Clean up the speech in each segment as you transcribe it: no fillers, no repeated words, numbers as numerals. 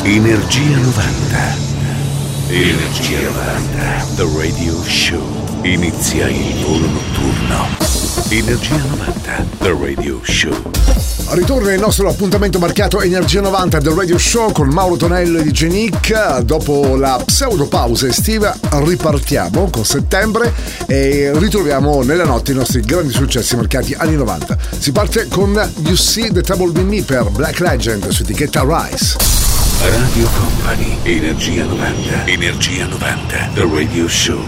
Energia 90. Energia 90. The Radio Show. Inizia il volo notturno. Energia 90. The Radio Show. Ritorna il nostro appuntamento marchiato Energia 90 del Radio Show con Mauro Tonello e DJ Nick. Dopo la pseudo pausa estiva ripartiamo con settembre e ritroviamo nella notte i nostri grandi successi marcati anni 90. Si parte con You See the Trouble With Me per Black Legend su etichetta Rise. Radio Company, Energia 90. Energia 90, The Radio Show.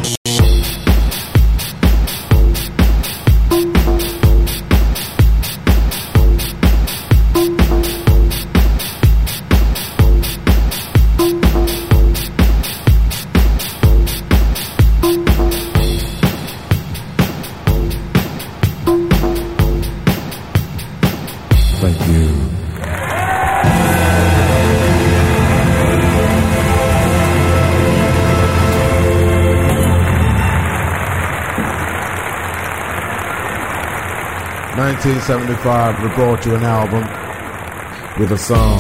Thank you. 1975, we brought you an album with a song.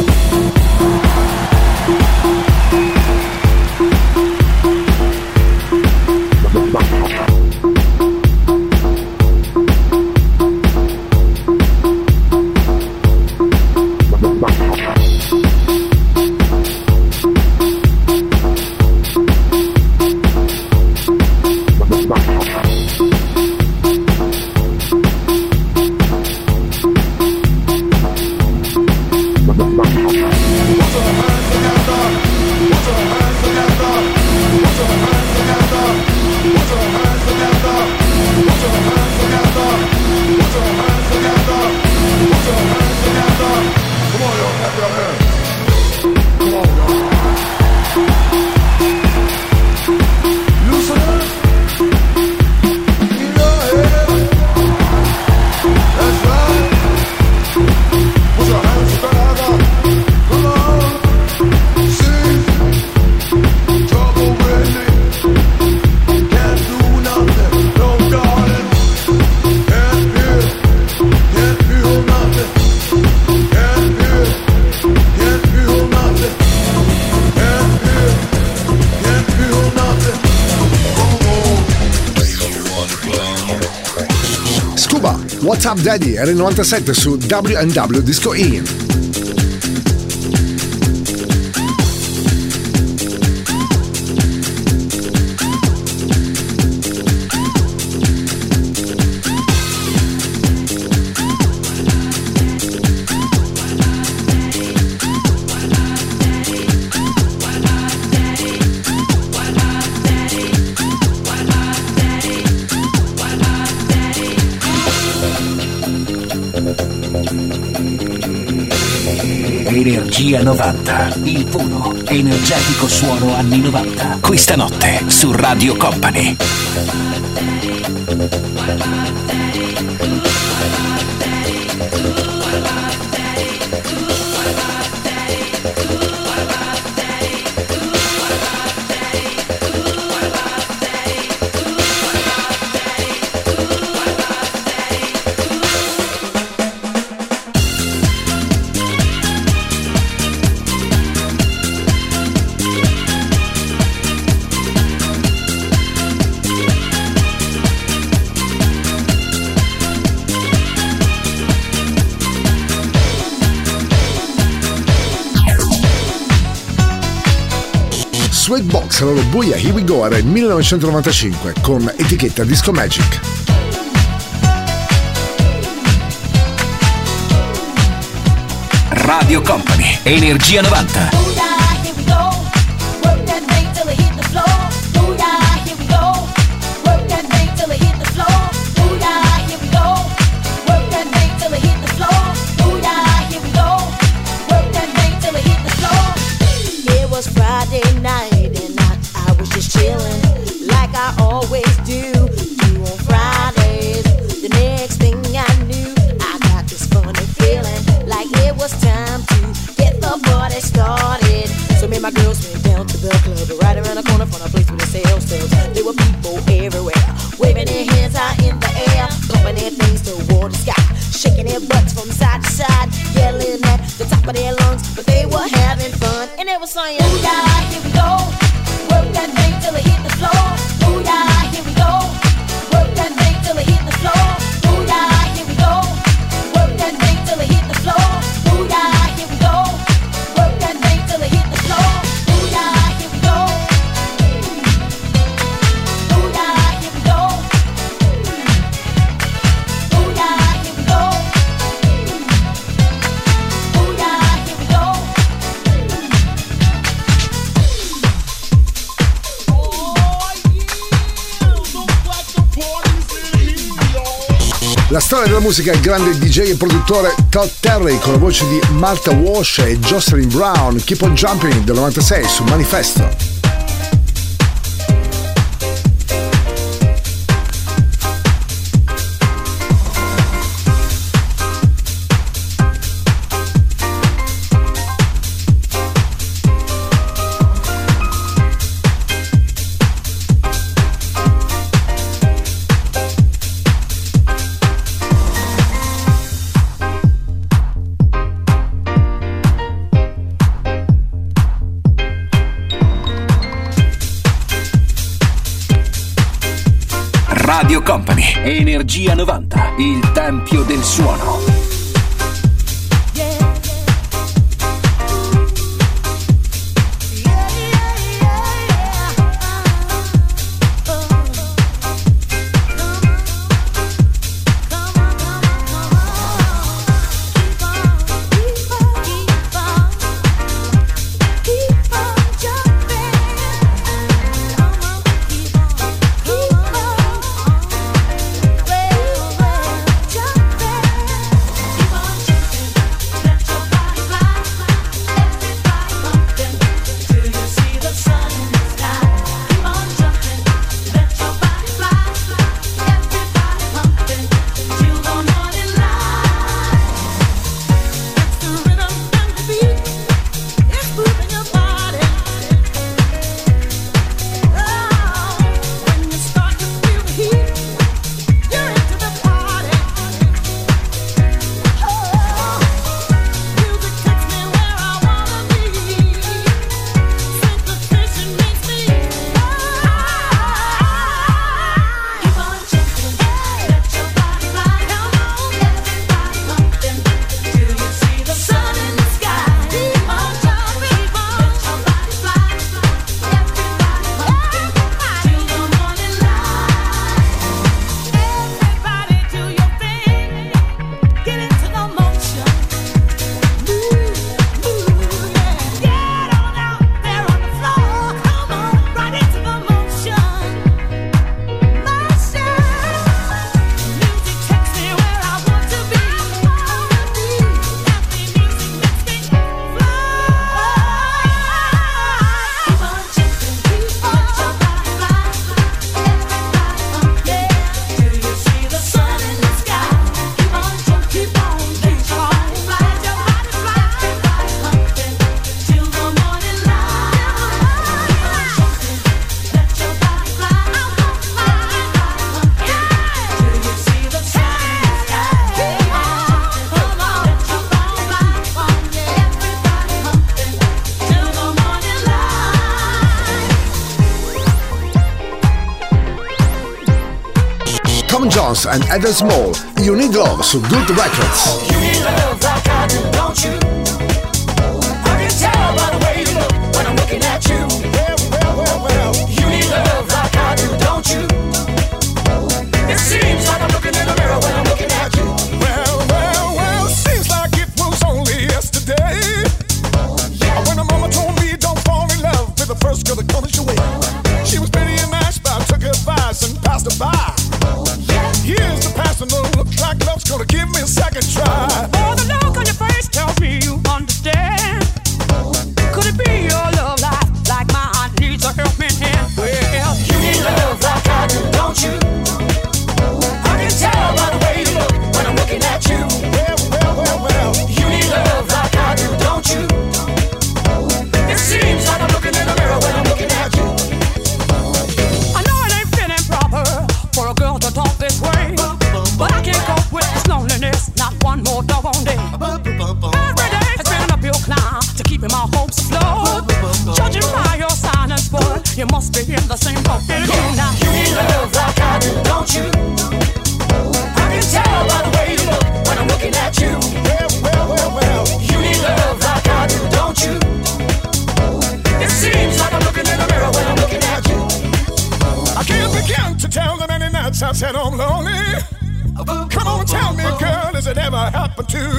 What's Up Daddy era il 97 su W&W Disco In. Energia 90, il puro, energetico suono anni 90. Questa notte su Radio Company. Sweatbox, la loro buia Here We Go era il 1995 con etichetta Disco Magic. Radio Company, Energia 90. My girls went down to the club, right around the corner from the place where they sell stuff. There were people everywhere, waving their hands out in the air, pumping their things toward the sky, shaking their butts from side to side, yelling at the top of their lungs, but they were having fun. saying? Ooh, yeah, here we go. Work that thing till it hit the floor. Ooh, yeah, here we go. Work that thing till it hit the floor. Ooh, yeah, here we go. Work that thing till it hit the floor. Ooh, yeah, here we go. Work that thing till it hit the floor. Ooh, yeah, here we go. Ooh, yeah, here we go. Ooh, yeah, here we go. Ooh, yeah, here we go. La storia della musica, il grande DJ e produttore Todd Terry con la voce di Martha Wash e Jocelyn Brown, Keep on Jumping del 96 su Manifesto. Radio Company, Energia 90, il tempio del suono. Jones and Heather Small, You Need Love su Good Records. You need love like I do, don't you? I can tell by the way you look when I'm looking at you. Well. You need love like I do, don't you? It seems like I'm looking in the mirror when I'm looking at you. Well, seems like it was only yesterday. Yeah. When a mama told me don't fall in love with the first girl that comes your way. She was pretty and nice, but I took her advice and passed her by. Here's the passing look like love's gonna give me a second try. More than love.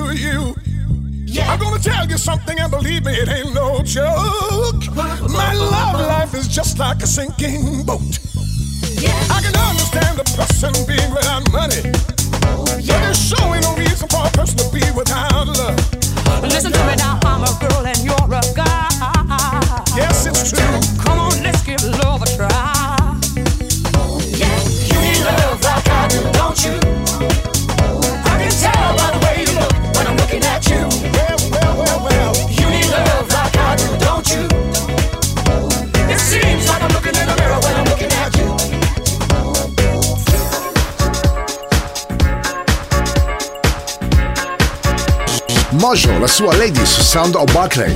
to you. I'm gonna tell you something and believe me, it ain't no joke. My love life is just like a sinking boat. I can understand a person being without money, but there's sure ain't no reason for a person to be without love. Listen to me now, I'm a girl and you're a guy. Yes, it's true. Come on, let's give love a try. You need love like I do, don't you? I can tell by the way you look when I'm looking at you. Well. You need love like I do, don't you? It seems like I'm looking in the mirror when I'm looking at you. Mojo, la sua Lady su Sound of Barclay.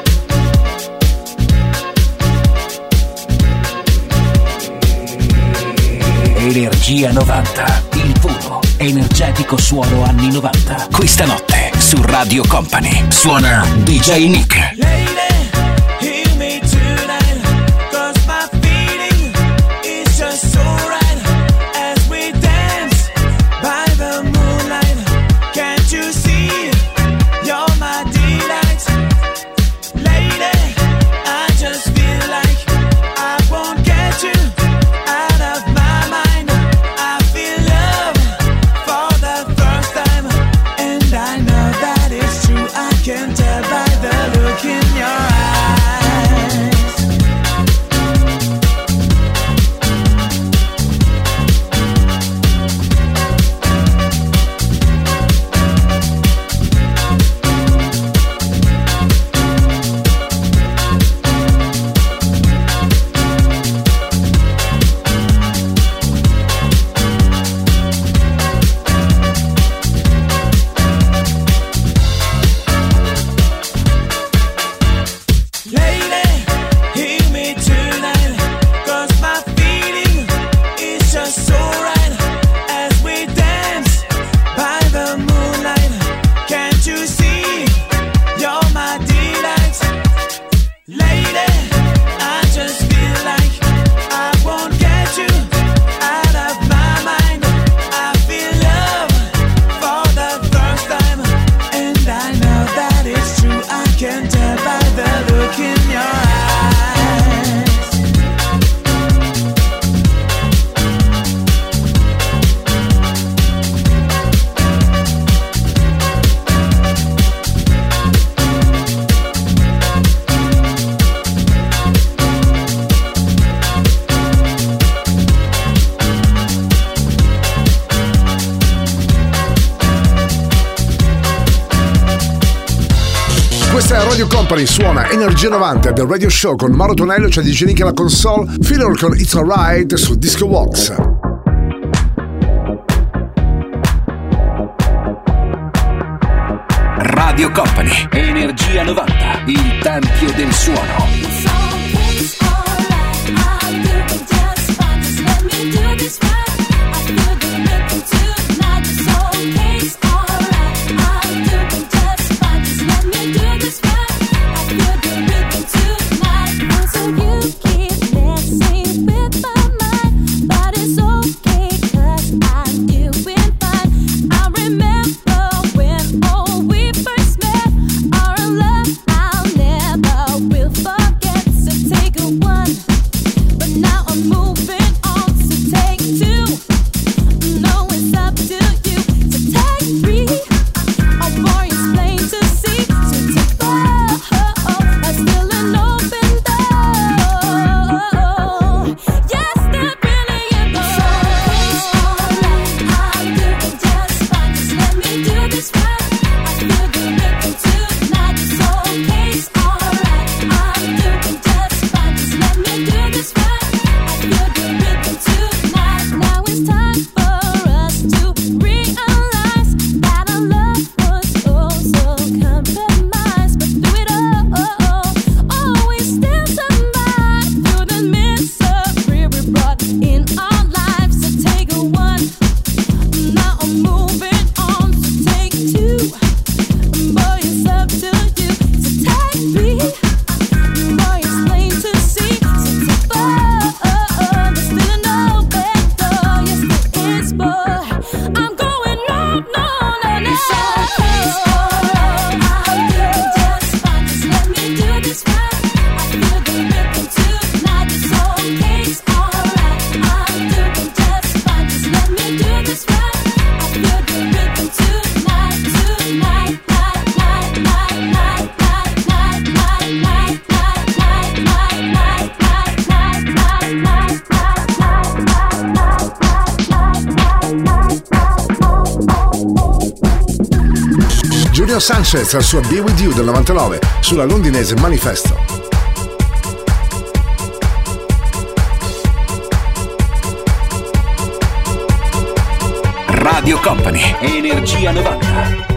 Energia 90, il puro, energetico suono anni 90. Questa notte su Radio Company suona DJ Nick. Questa è Radio Company, suona Energia 90 del Radio Show con Mauro Tonello, c'è DJ Nick alla console, Filler con It's Alright su Disco Walks. Radio Company, Energia 90, il tempio del suono. Forget Antonio Sanchez al suo Be With You del 99 sulla londinese Manifesto. Radio Company, Energia 90.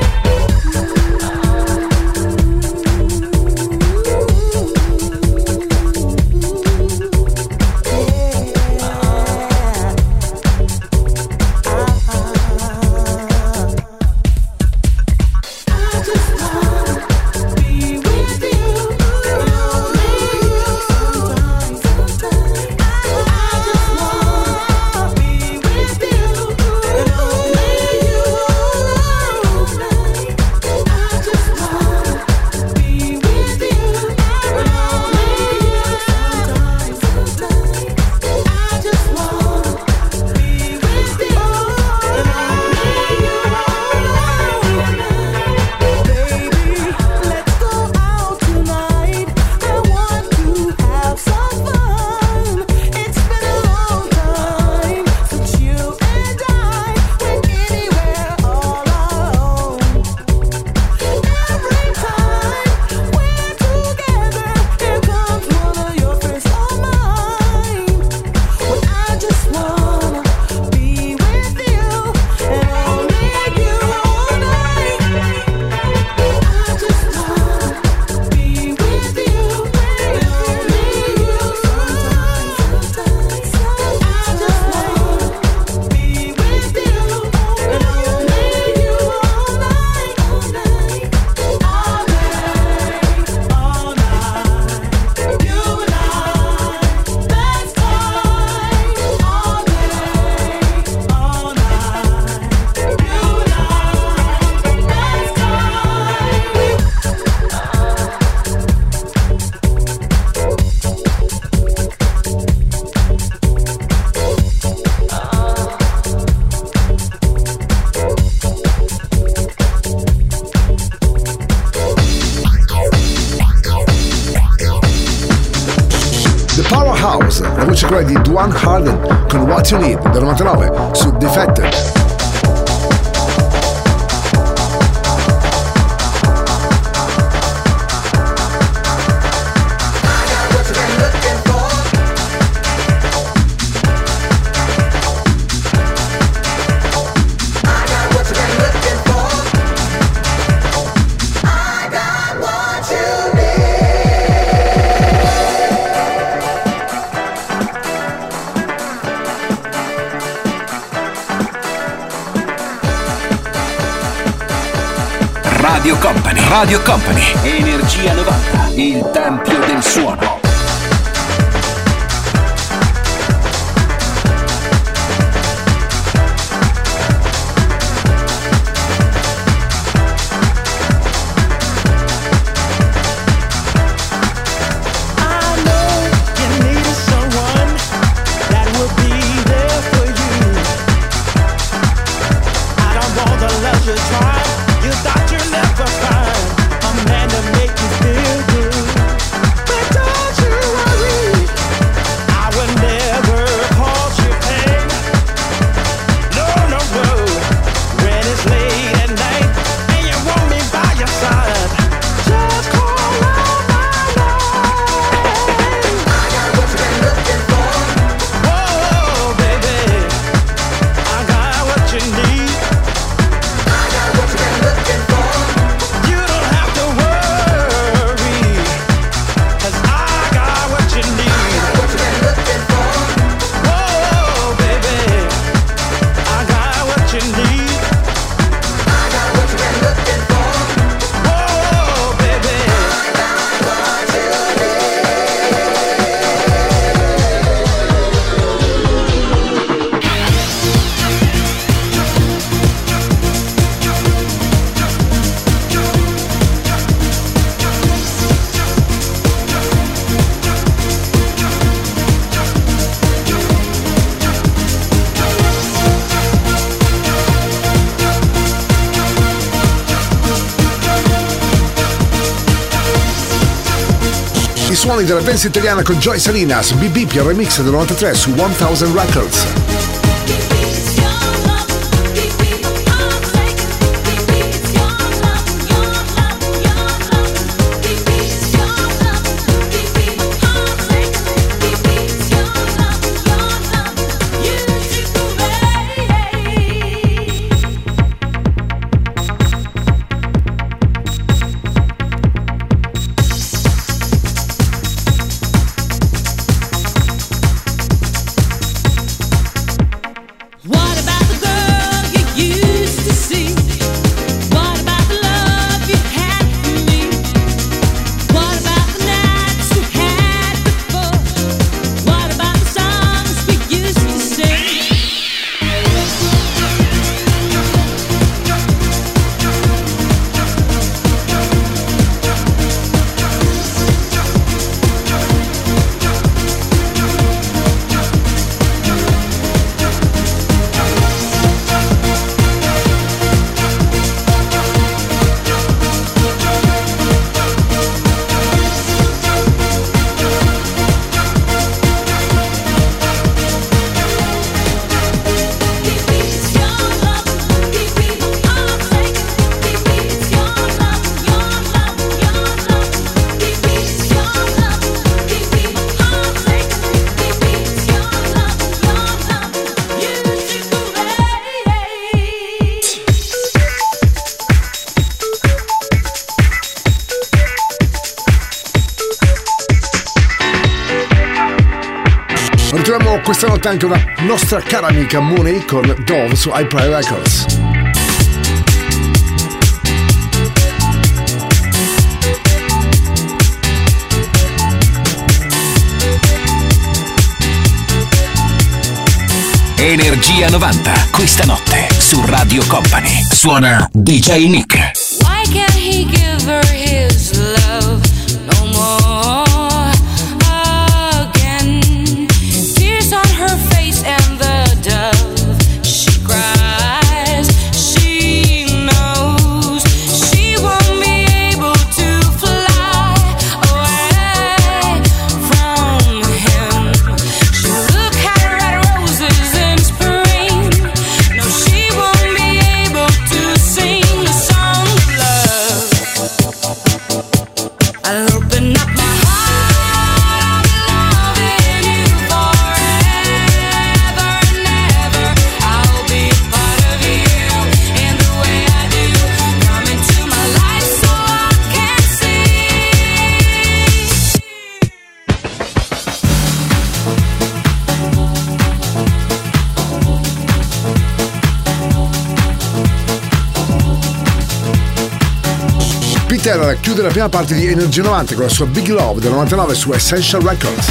La voce quella di Duane Harden con What You Need del 99 su Defected. Radio Company, Energia 90, il tempio del suono. I suoni della dance italiana con Joy Salinas, BB il remix del 93 su 1000 Records. questa notte anche una nostra cara amica Mooney con Dove su iPlay Records. Energia 90, questa notte su Radio Company. Suona DJ Nick. Why can't he give her his love no more again? Tears on her face and the dove she cries. She knows she won't be able to fly away from him. She look at red roses in spring. No, she won't be able to sing a song of love. I'll open up my heart, I'll be loving you forever and ever. I'll be a part of you in the way I do. Come into my life so I can see. Peter chiude la prima parte di Energia 90 con la sua Big Love del 99 su Essential Records.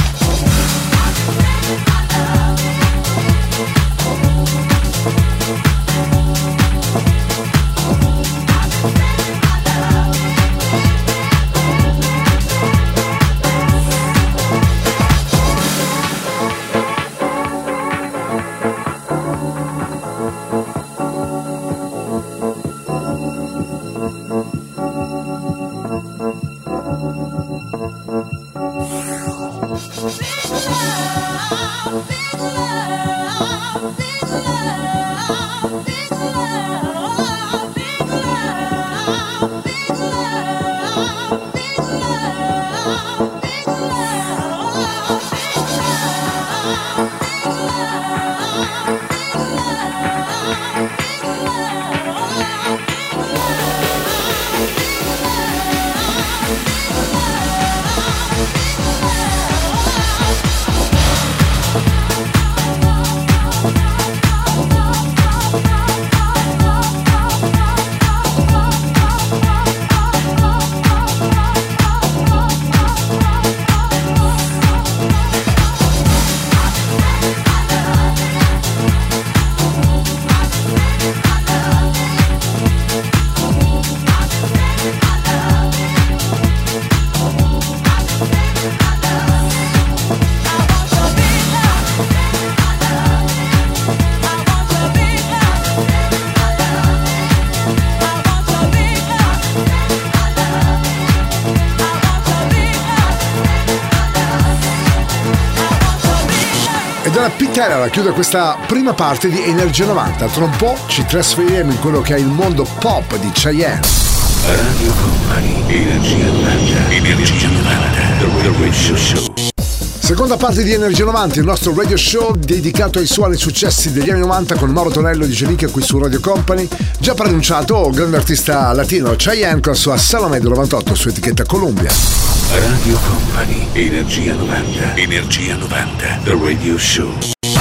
Ed era Pete Taylor a chiudere questa prima parte di Energia 90. Tra un po' ci trasferiremo in quello che è il mondo pop di Cheyenne. Radio Company, Energia 90, Energia 90, The Radio Show. Seconda parte di Energia 90, il nostro radio show dedicato ai suoni successi degli anni 90 con Mauro Tonello di Genica qui su Radio Company. Già pronunciato, grande artista latino Cheyenne con la sua Salome del 98 su etichetta Columbia. Radio Company, Energia 90, Energia 90, The Radio Show.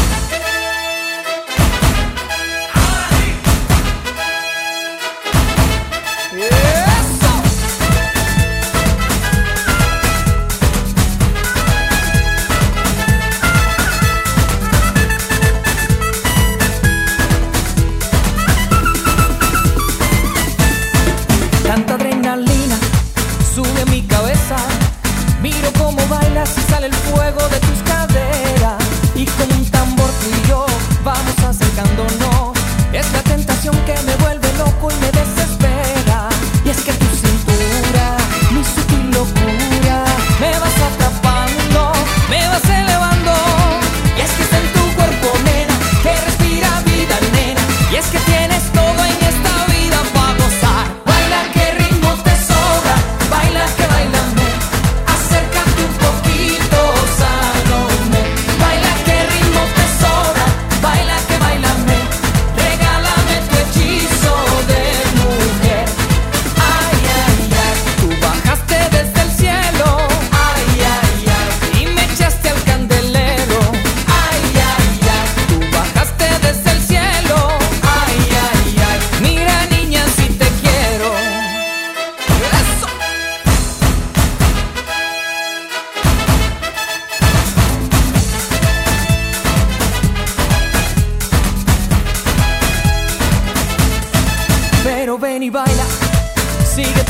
Tanta adrenalina sube a mi cabeza. Miro cómo bailas y sale el fuego de tus caderas. Y como un tambor tú y yo vamos acercándonos. Es la tentación que me vuelve loco y me desespera. Y es que tu cintura, mi sutil locura, me vas atrapando, me vas elevando. Y es que está en tu cuerpo, nena, que respira vida, nena. Y es que tienes todo en esta vida para gozar. Baila que ritmo te sobra, baila que bailame. Acércate un poquito, Salome. Baila que ritmo te sobra, baila que bailame.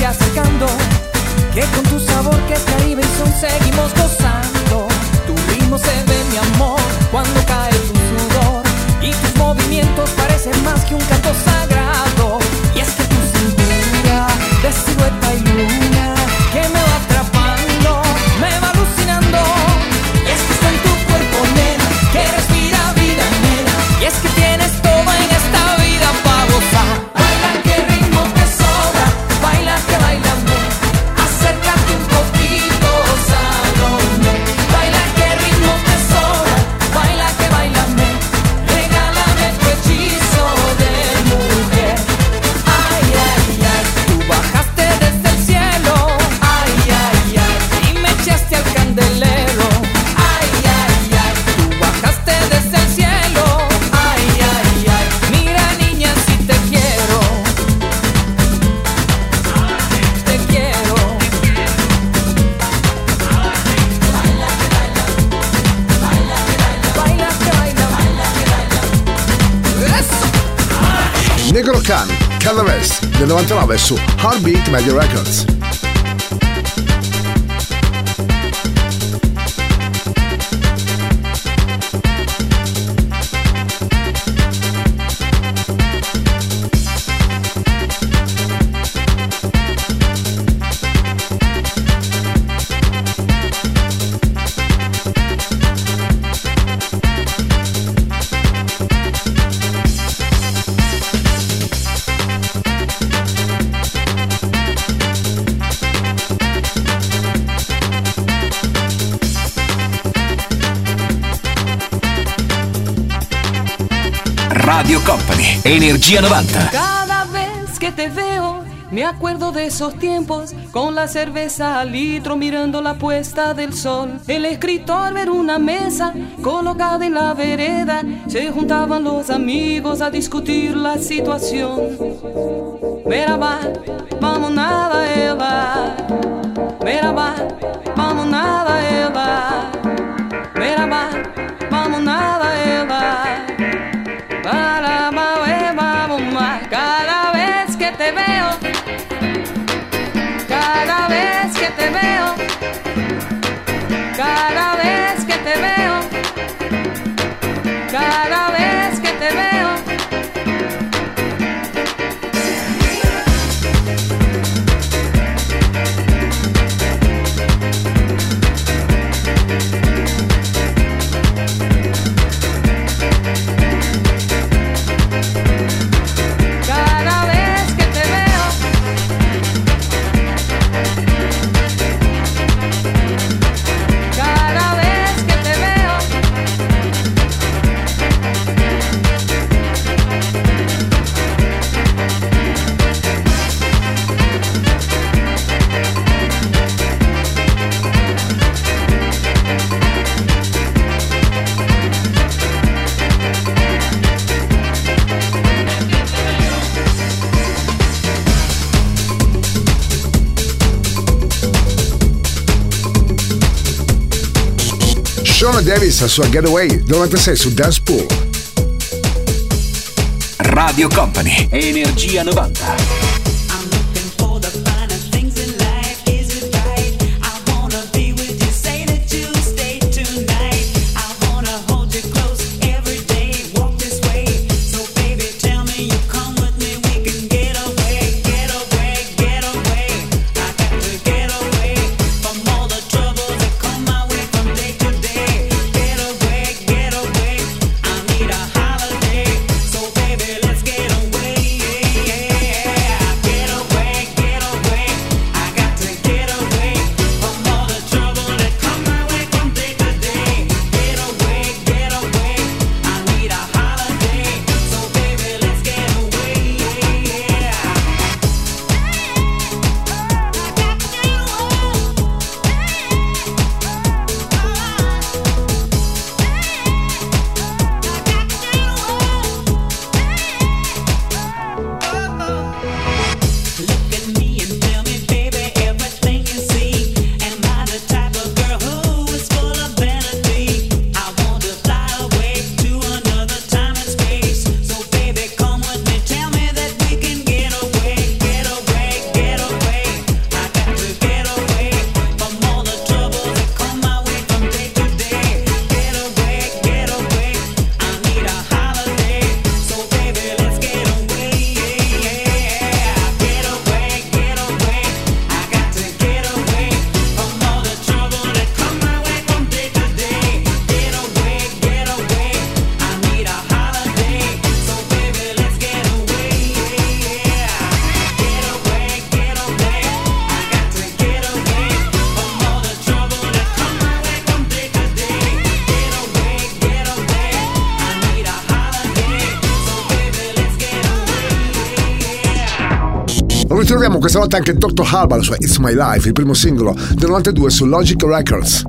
acercando, que con tu sabor que es Caribe y son seguimos gozando. Tu ritmo se ve, mi amor, cuando cae tu sudor, y tus movimientos parecen más que un canto sagrado. Y es que tu cintura de silueta y luna que me va atrapando, me va alucinando. Y es que está en tu cuerpo, nena, que respira vida, nena. Y es que tienes todo en esta vida para gozar. Baila que ritmo te sobra, baila que bailame. Acércate un poquito, Salomé. Baila que ritmo te sobra, baila que bailame. Regálame tu hechizo de mujer. Ay, ay, ay, tú bajaste desde el cielo. Ay, ay, ay, y me echaste al candelero. Ay, ay, ay, tú bajaste desde el cielo. Ay, ay, ay, mira niña si te quiero. Te quiero. Baila que baila. Eso. Negro Khan, Cada vez, del 99 su Heartbeat Media Records. Radio Company, Energia 90. Cada vez que te veo, me acuerdo de esos tiempos, con la cerveza al litro mirando la puesta del sol. El escritor ver una mesa colocada en la vereda, se juntaban los amigos a discutir la situación. Merhaba, vamos nada ela. Merhaba, vamos nada ela. Merhaba, vamos nada ela. Para vamos más. Cada vez que te veo, cada vez que te veo, cada vez que te veo, cada vez que te veo. Cada vez que te veo, cada vez que te veo. Sean Davis, la sua Getaway, 96 su Dance Pool. Radio Company, Energia 90. Ritroviamo questa volta anche Dr. Alban, la sua It's My Life, il primo singolo del 92 su Logic Records.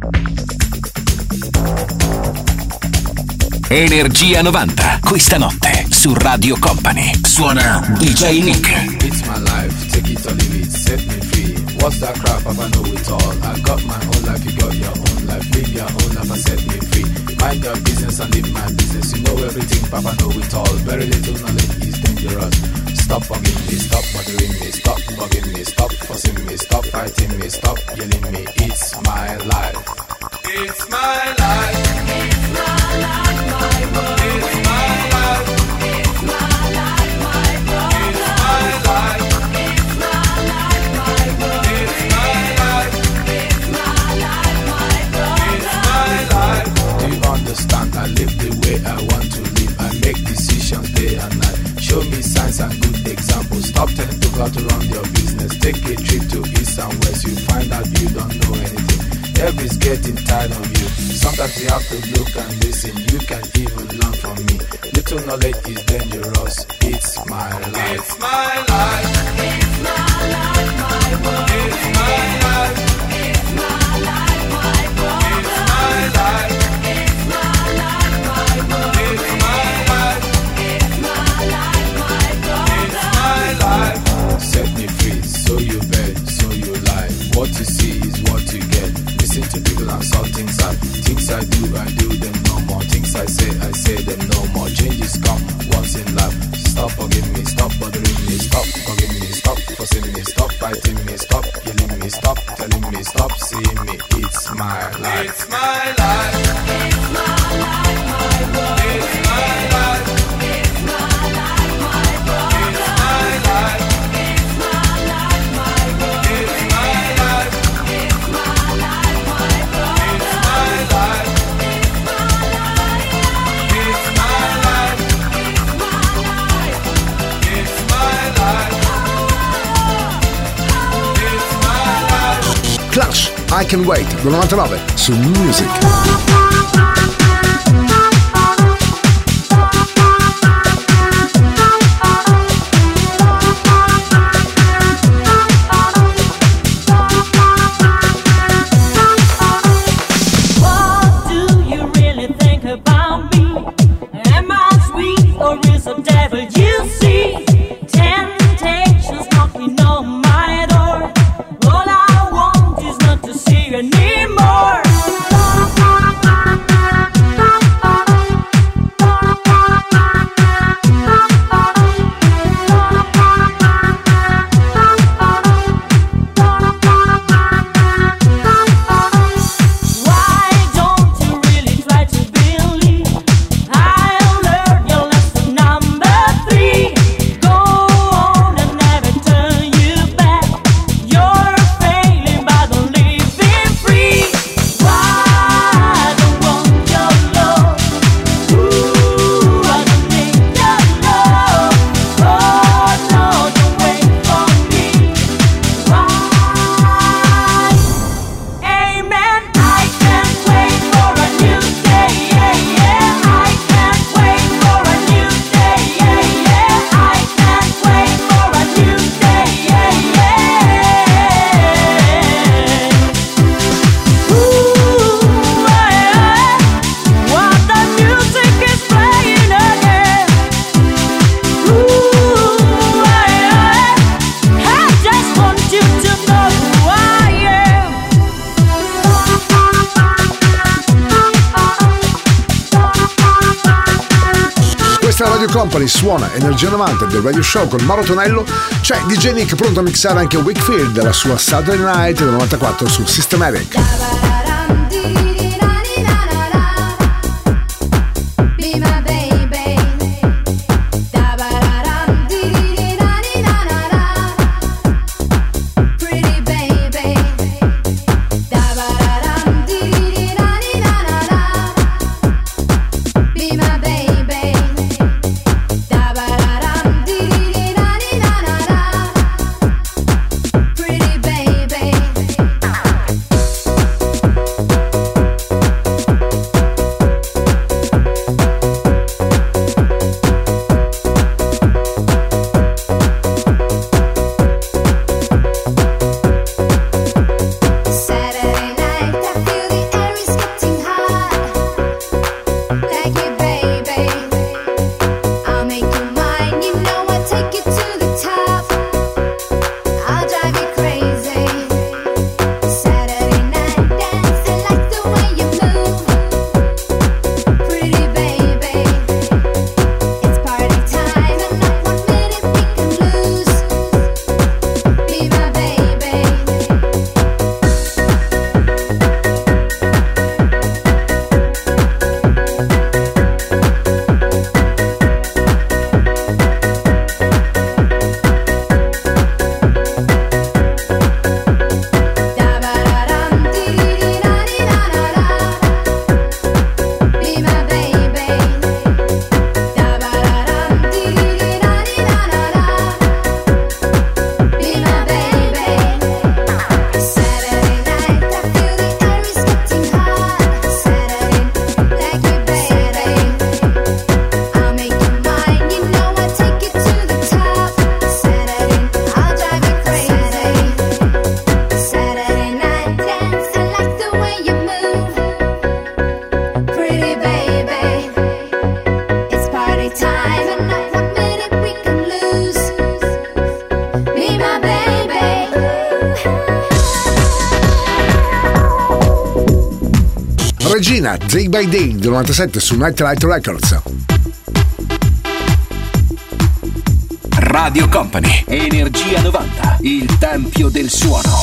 Energia 90, questa notte su Radio Company. Suona DJ Nick. It's my life, take it or leave it, set me free. What's that crap? I know it all. I got my own life, you got your own life. Live your own life and set me free. Mind your business and live my business. You know everything, Papa know it all. Very little knowledge is dangerous. Stop bugging me, stop bothering me, stop bugging me, stop fussing me, stop fighting me, stop yelling me. It's my life. It's my life. It's my life, my world. It's my life. It's my life, my world. It's my life. It's my life, my world. It's my life. It's my life, my world. It's my life. Do you understand? I live the way I want to live. I make decisions day and night. Show me signs and good examples. Stop telling people how to run your business. Take a trip to east and west. You find out you don't know anything. Everybody's getting tired of you. Sometimes you have to look and listen. You can even learn from me. Little knowledge is dangerous. It's my life. It's my life. It's my life, my world. It's my life. It's my life, my world. It's my life. It's my life, my world. It's my life. It's my life, my world. It's my life. Set me free, so you bet, so you lie. What you see is what you get. Listen to people and saw things I do them no more. Things I say them no more. Changes come once in life. Stop forgiving me, stop bothering me, stop forgiving me, stop forcing me, stop fighting me, stop yelling me, stop telling me, stop seeing me. It's my life. It's my life. It's my life, my world. It's my life. It's my life, my world. It's my life. It's my life, my world. It's my life. It's my life, my world. It's my life. It's my life. It's my life. It's my life. It's my life. Clash, I Can Wait, del 99 su Music. What do you really think about me? Am I sweet or is the devil you see? Temptations knocking on my door. All I want is not to see you anymore. Why don't you really try to believe? I'll learn your lesson number 3. Go on and never turn you back. You're failing by not living free. Why don't want your love? Ooh, I don't need your love. Oh no, don't wait for me. Why? Amen. I can't wait for a new day. Yeah, yeah. I can't wait for a new day. Yeah, yeah. I can't wait for a new day. Yeah, yeah. Ooh, what the music is playing again. Ooh, I just want you to know who I am. Questa è Radio Company, suona Energia 90 del Radio Show con Mauro Tonello. C'è DJ Nick pronto a mixare anche Wakefield della sua Saturday Night del 94 su Systematic. Be my baby. Pretty baby. Be my baby. Pretty baby. Regina, Day by Day del 97 su Nightlight Records. Radio Company, Energia 90, il tempio del suono.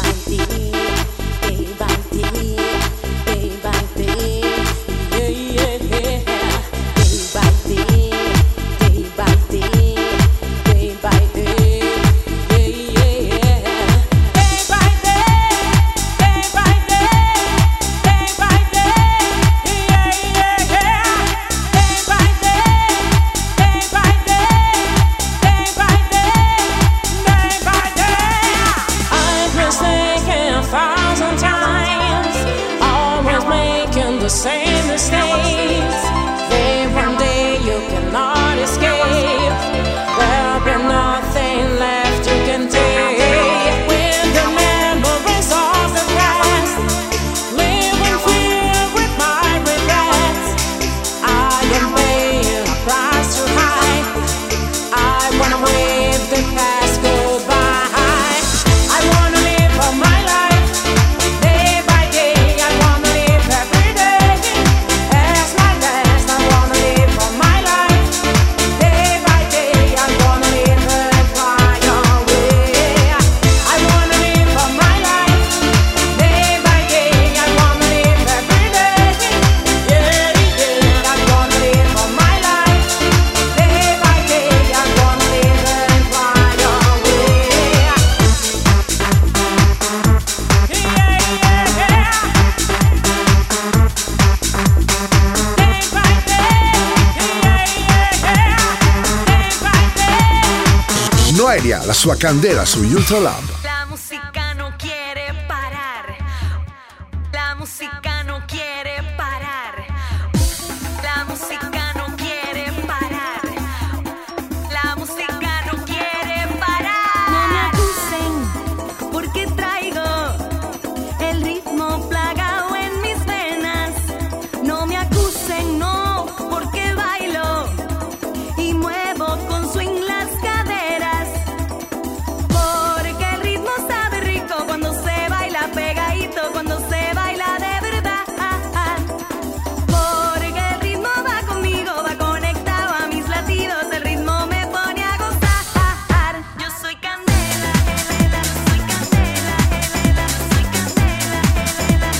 La sua candela su Ultra Lab. La música no quiere parar. La música no quiere parar. La música no quiere parar. La música no quiere parar. No me acusen porque traigo el ritmo plagado en mis venas. No me acusen, no, porque bailo y muevo con swing las caderas. Porque el ritmo sabe rico cuando se baila pegadito, cuando se baila de verdad. Porque el ritmo va conmigo, va conectado a mis latidos. El ritmo me pone a gozar. Yo soy candela, soy candela, soy candela,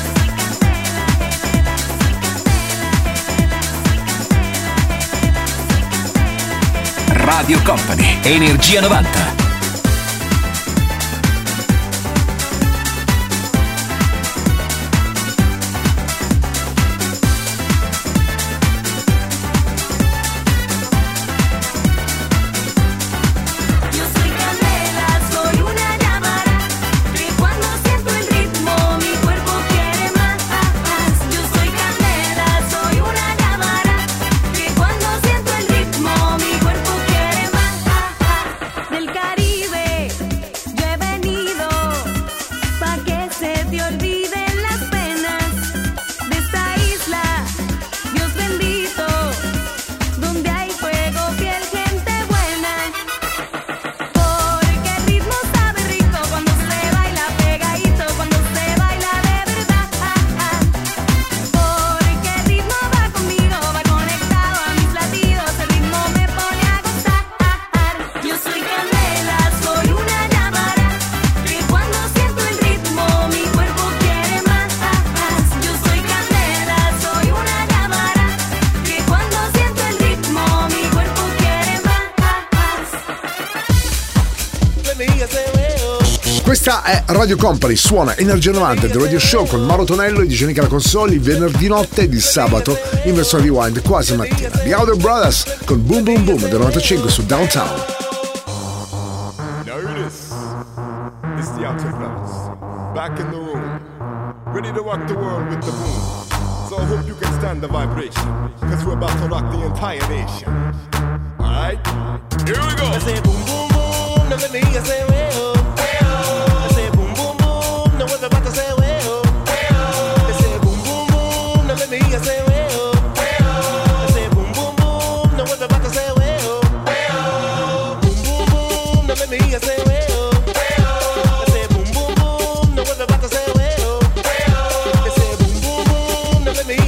Radio Company, Energia 90. Yo soy candela, soy una llamada que cuando siento el ritmo mi cuerpo quiere más. Yo soy candela, soy una llamada que cuando siento el ritmo mi cuerpo quiere más. Del Caribe yo he venido pa' que se te olviden las penas de esta isla, Dios bendito, donde hay fuego, fiel, gente buena. Porque el ritmo sabe rico cuando se baila pegadito, cuando se baila de verdad. Porque el ritmo va conmigo, va conectado a mis latidos. El ritmo me pone a gozar. Yo soy candela, soy una llamada que cuando siento el ritmo mi cuerpo quiere más. Yo soy candela, soy una llamada que cuando siento el ritmo mi cuerpo quiere más. Questa è Radio Company, suona Energia 90 del Radio Show con Mauro Tonello e DJ Nick alla console il venerdì notte ed il sabato in versione rewind quasi mattina. The Other Brothers con Boom Boom Boom del 95 su Downtown. Now hear this. It's the Outer Brothers. Back in the room. Ready to rock the world with the boom. So I hope you can stand the vibration. Cause we're about to rock the entire nation. Alright? Here we go. I say boom boom boom. Now let me hear you say way-oh. I say boom boom boom. Now we're about to say way-oh. I say boom boom boom. Now let me hear you say way-oh. I say boom boom boom. Now we're about to say way-oh. Boom boom boom. Now let me hear you say way-oh. I say boom boom boom. Now we're about to say way-oh. I say boom boom boom. Now let me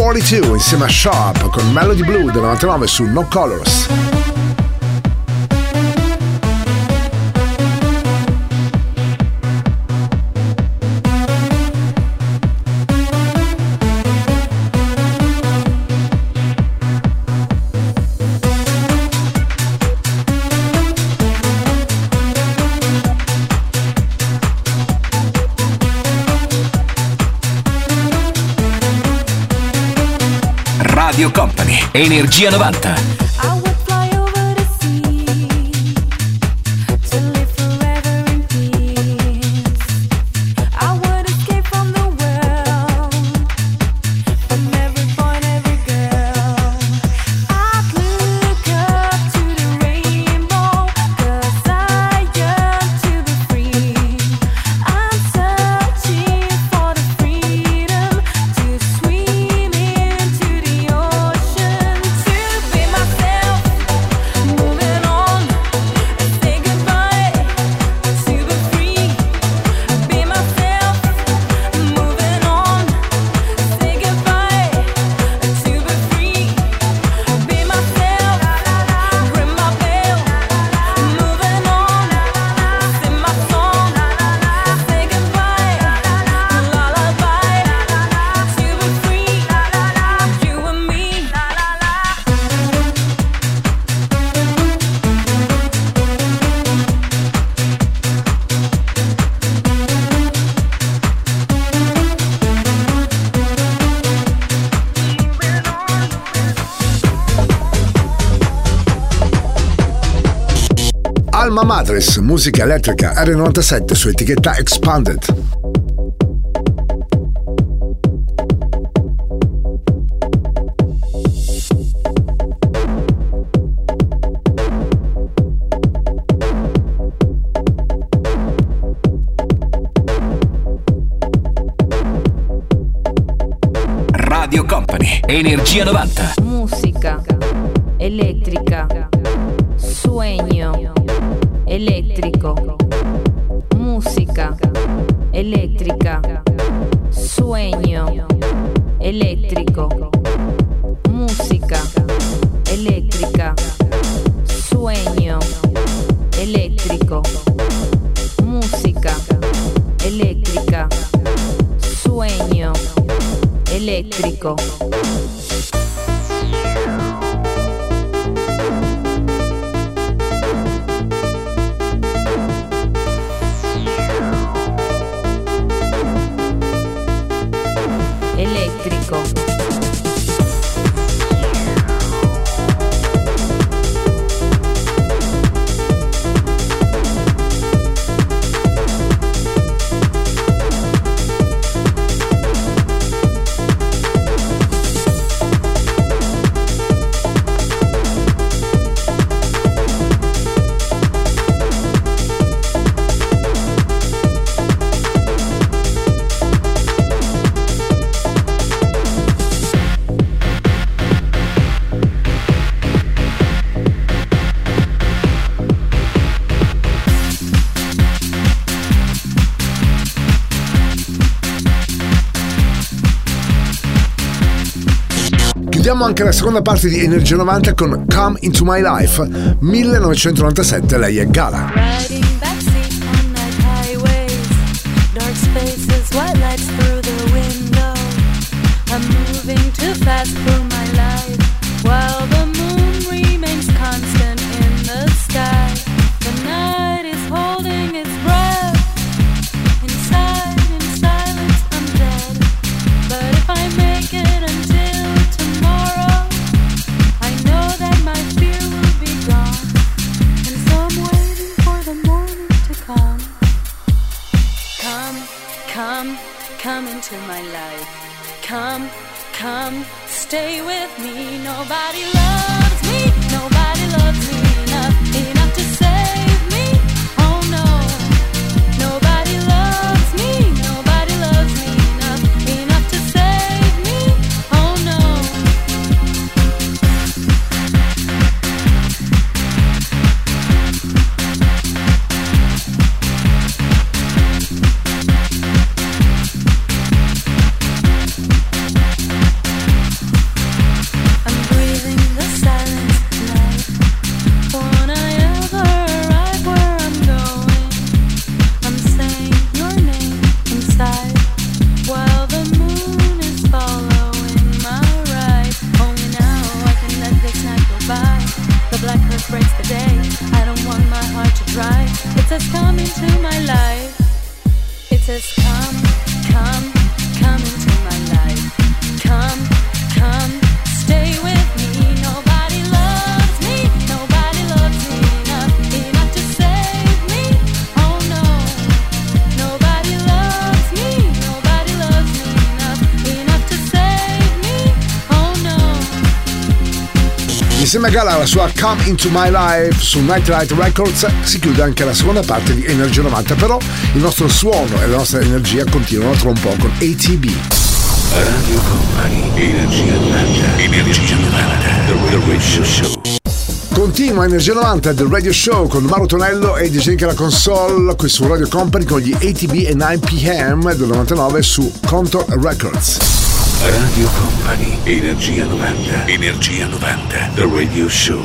42 insieme a Sharp con Melody Blue del 99 su No Colors. Radio Company, Energia 90. Alma Madres, musica elettrica R97 su etichetta Expanded. Radio Company, Energia 90. Música eléctrica, sueño eléctrico, música eléctrica, sueño eléctrico, música eléctrica, sueño eléctrico, música eléctrica, sueño eléctrico. Eléctrico. Chiudiamo anche la seconda parte di Energia 90 con Come Into My Life 1997, lei è Gala. Riding backseat on night highways, dark spaces, white lights through the window. I'm moving too fast for my life, while the moon remains constant in the sky. The night is holding its breath. Inside, in silence, I'm dead. But if I make it until tomorrow, I know that my fear will be gone. And so I'm waiting for the morning to come. Come into my life. Come, stay with me. Nobody loves me enough to save me. Oh no, nobody loves me enough to save me. Oh no. It says come into my life. It says come, come, come into my life. Come, come, stay with me. Nobody loves me. Nobody loves me enough to save me. Oh no. Nobody loves me. Nobody loves me enough to save me. Oh no. Insieme a Gala la sua Come Into My Life su Nightlight Records si chiude anche la seconda parte di Energia 90, però il nostro suono e la nostra energia continuano tra un po' con ATB. Radio Company, Energia 90, Energia 90, The Radio Show. Continua Energia 90 del Radio Show con Mauro Tonello e DJ alla console qui su Radio Company con gli ATB e 9pm del 99 su Contour Records. Radio Company, Energia 90, Energia 90, The Radio Show.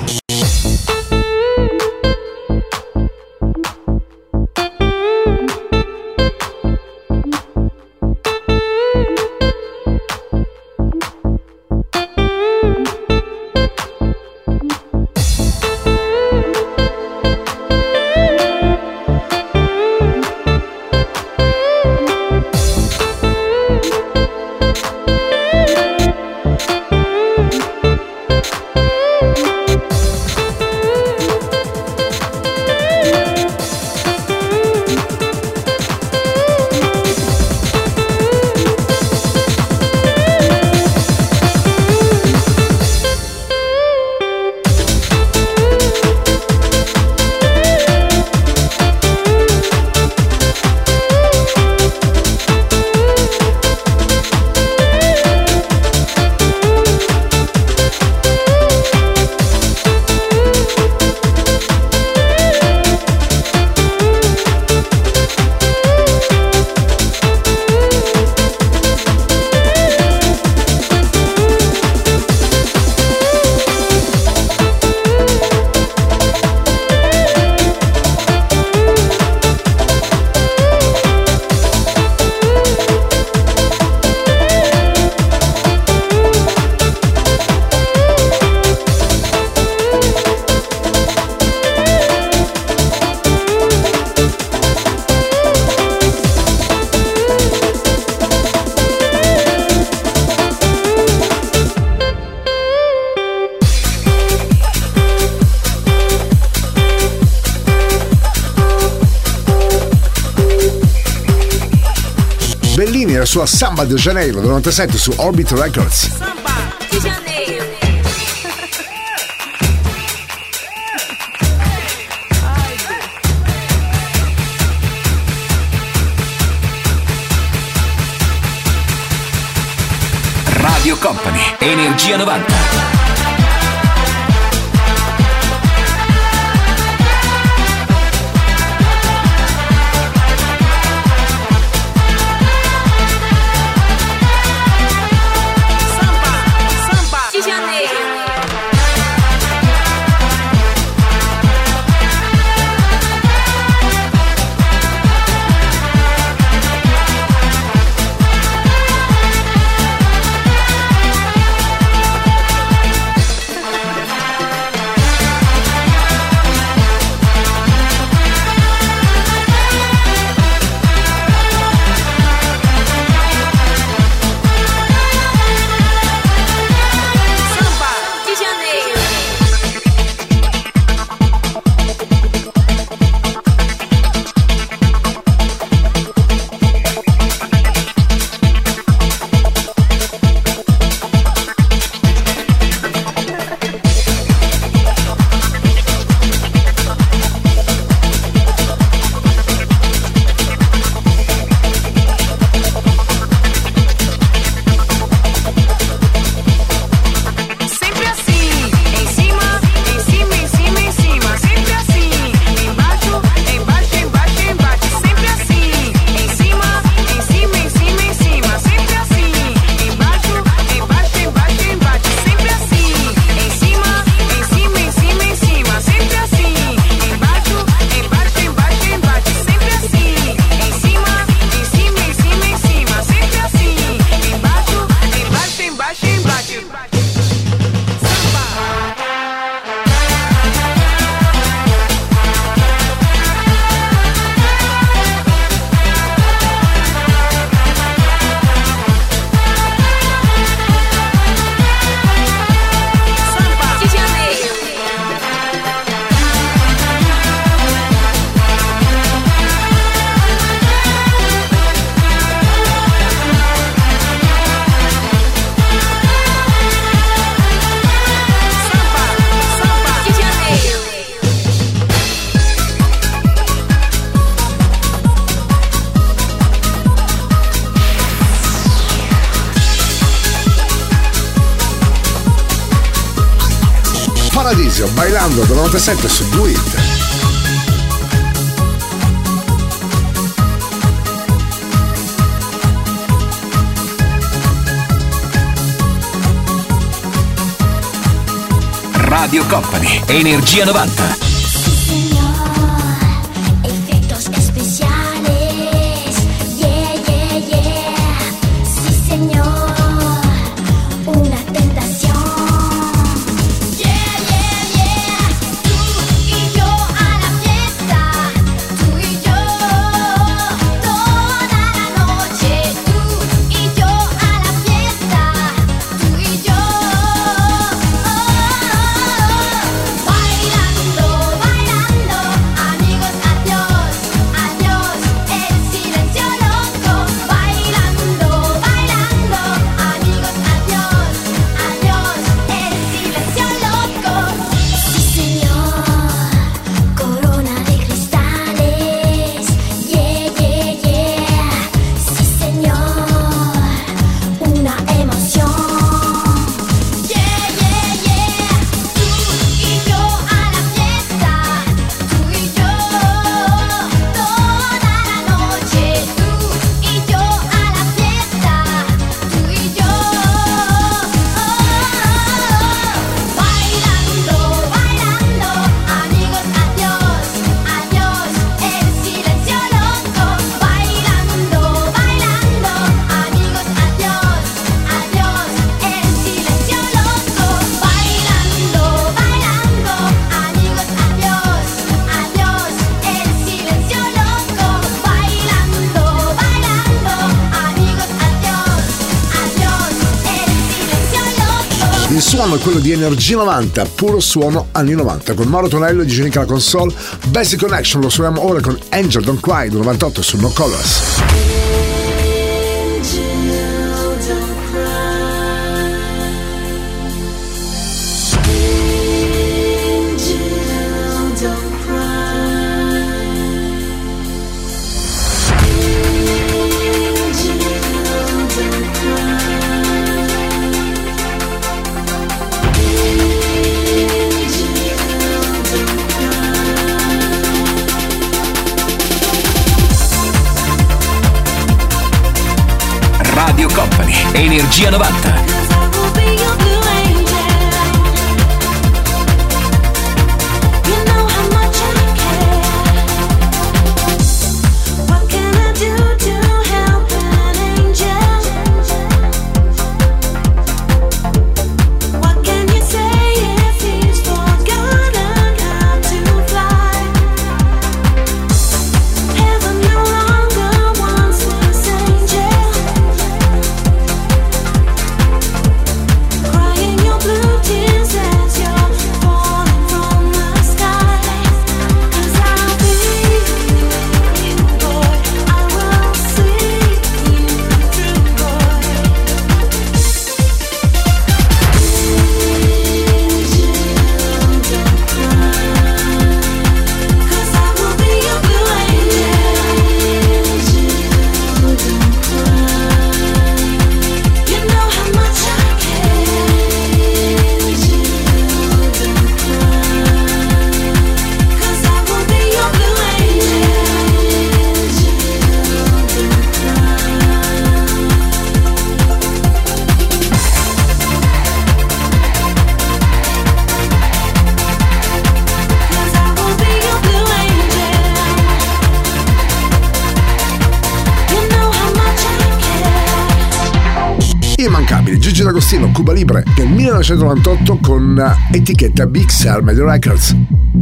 Bellini e la sua Samba de Janeiro del 97 su Orbit Records. Radio Company, Energia 90. Paradiso, Bailando del 97 su Do It. Radio Company, Energia 90. Efectos especiales, yeah, yeah, yeah. Sí, señor, una tentación. Yeah, yeah, yeah. Tú y yo a la fiesta, tú y yo toda la noche. Tú y yo a la fiesta, tú y yo. Bailando, bailando, amigos, adiós, adiós, el silencio loco. Bailando, bailando, amigos, adiós, adiós, el silencio loco. Sí, señor, corona de cristales, yeah, yeah, yeah. Sí, señor, una emoción. Yeah, yeah, yeah. Tú y yo a la fiesta, tú y yo toda la noche. Tú y yo a la fiesta, tú y yo. Bailando, bailando, amigos, adiós, adiós, el silencio loco. Bailando, bailando, amigos, adiós, adiós, el silencio loco. Bailando, bailando, amigos, adiós, adiós, el silencio loco. Bailando, bailando, amigos, adiós, adiós, el silencio loco. Il suono è quello di Energia 90, puro suono anni 90, con Mauro Tonello e DJ Nick alla console. Basic Connection lo suoniamo ora con Angel Don't Cry del 98 su No Colors. Radio Company, Energia 90. Immancabile Gigi D'Agostino, Cuba Libre del 1998 con etichetta Big Sur Media Records.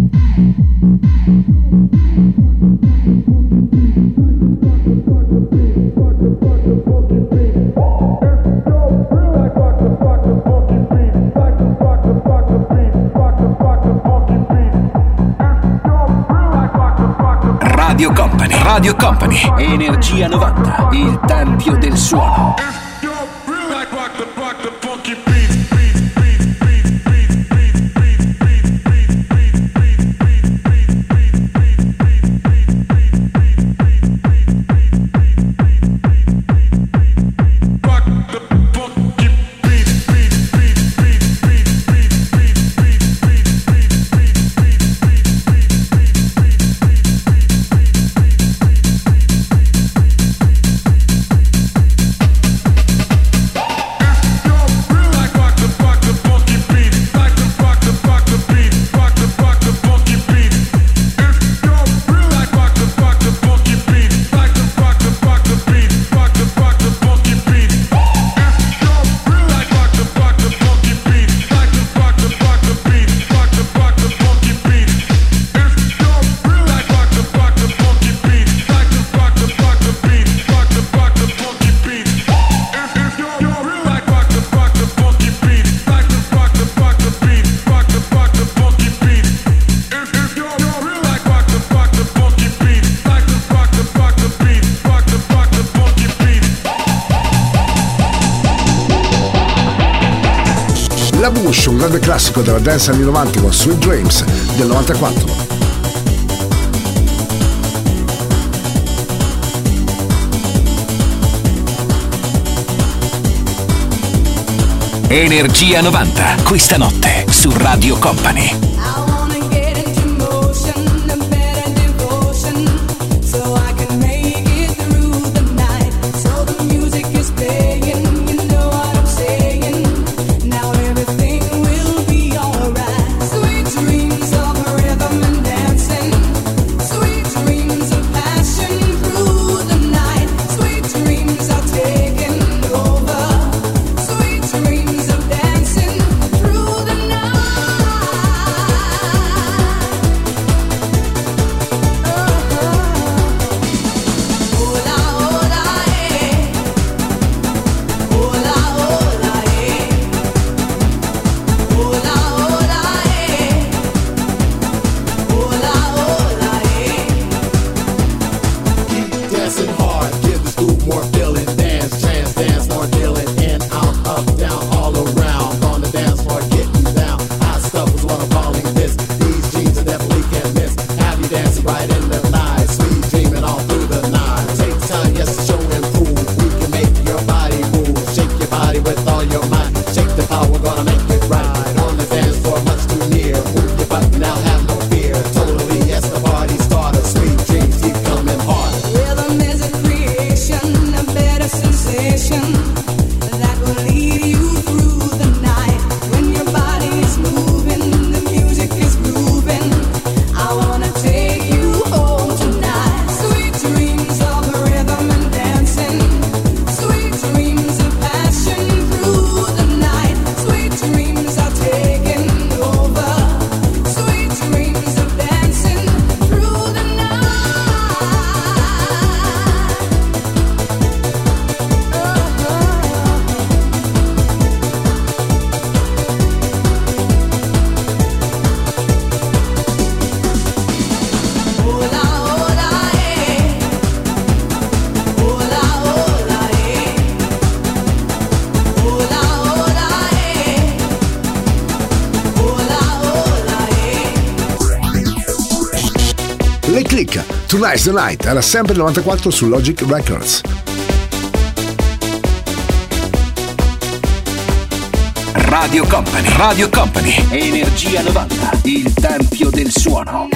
Radio Company, Energia 90, il tempio del suono. Bush, un grande classico della dance anni 90 con Sweet Dreams del 94. Energia 90, questa notte su Radio Company. Tonight's the Night era sempre il 94 su Logic Records. Radio Company, Energia 90, il tempio del suono.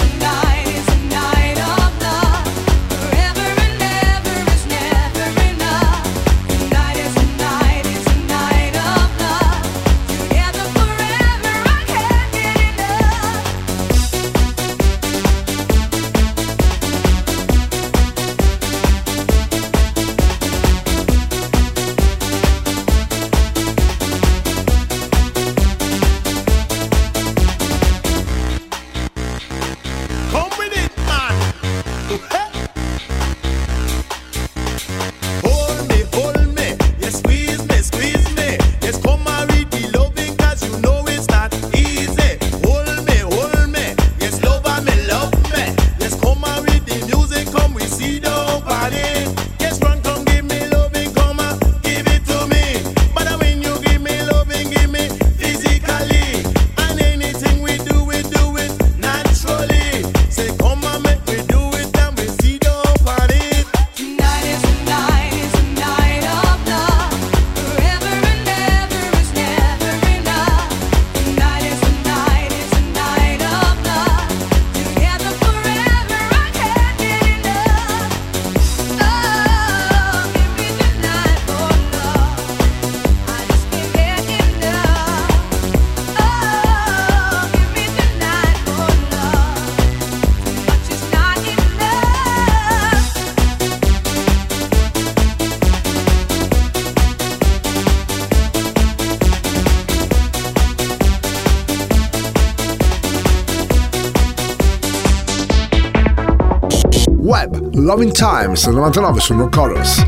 Web, Loving Times, 99 su No Chorus.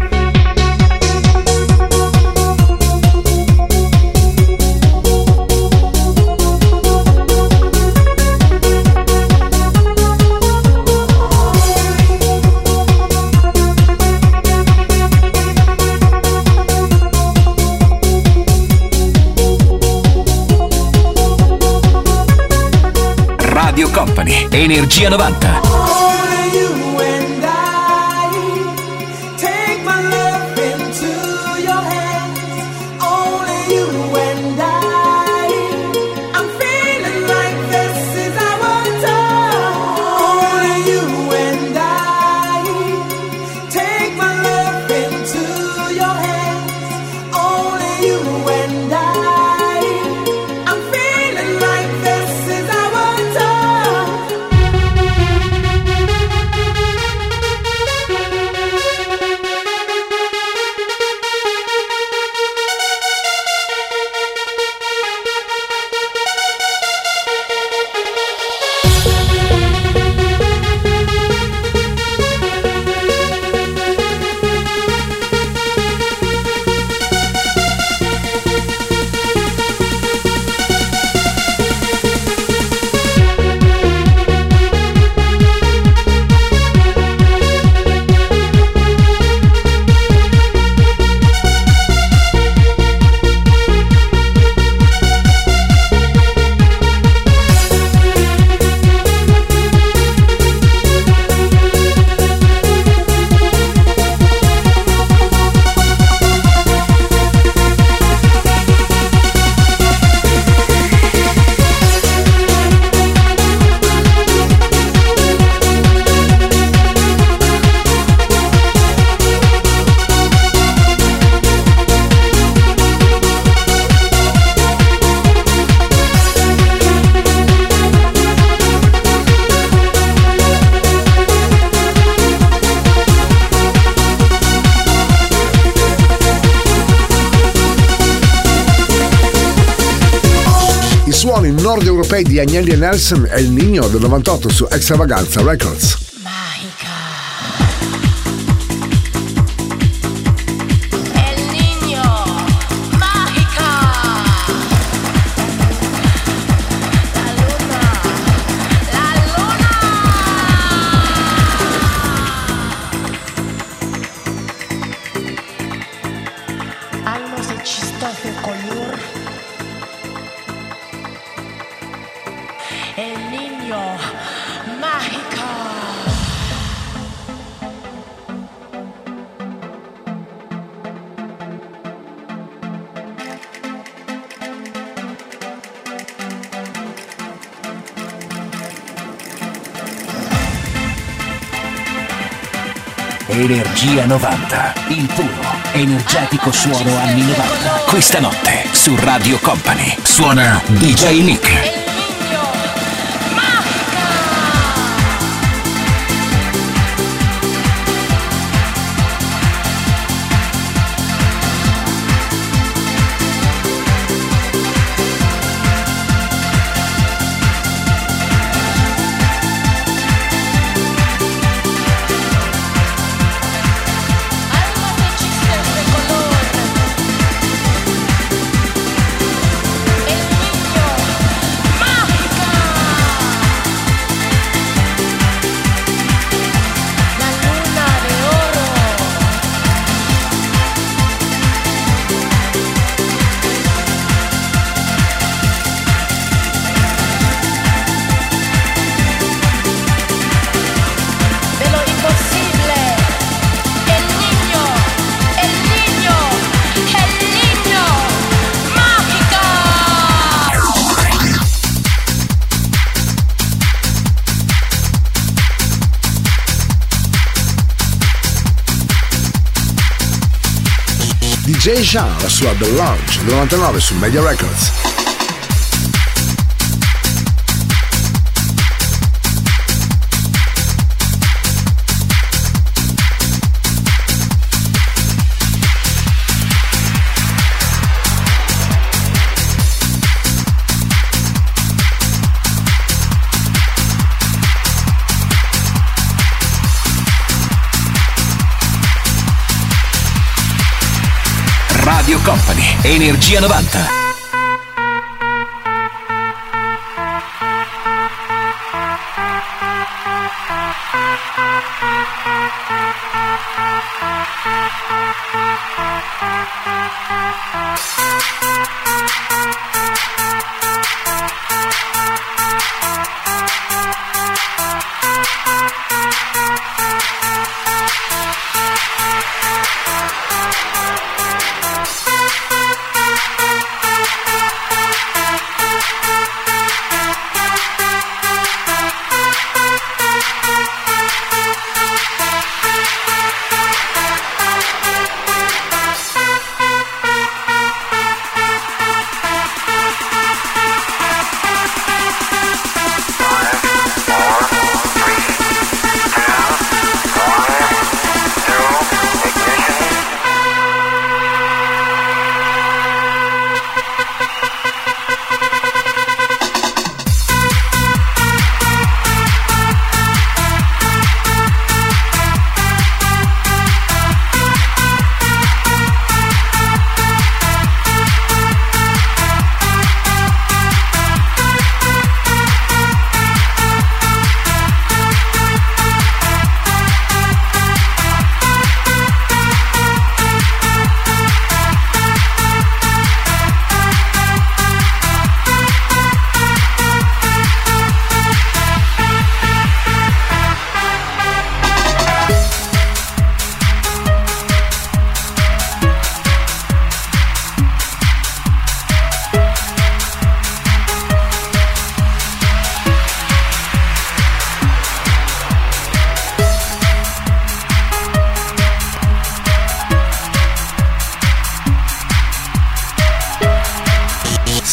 Energia 90. Only you and I take my love into your hands. Only you and I'm feeling like this is our time. Only you and take my love into your hands. Only you and I'm feeling like this is our time. Suoni nord europei di Agnelli e Nelson e il Niño del 98 su Extravaganza Records. Almas de chispas de color. El niño mágico. Energia 90, il puro, energetico suono anni 90. Questa notte su Radio Company suona DJ Nick. DJ Jean, la sua The Lounge del 99 su Media Records. Radio Company, Energia 90.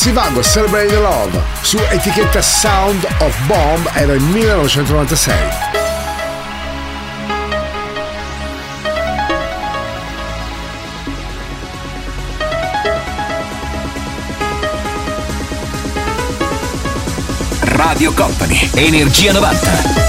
Zivago, Celebrate the Love, su etichetta Sound of Bomb, era il 1996. Radio Company, Energia 90.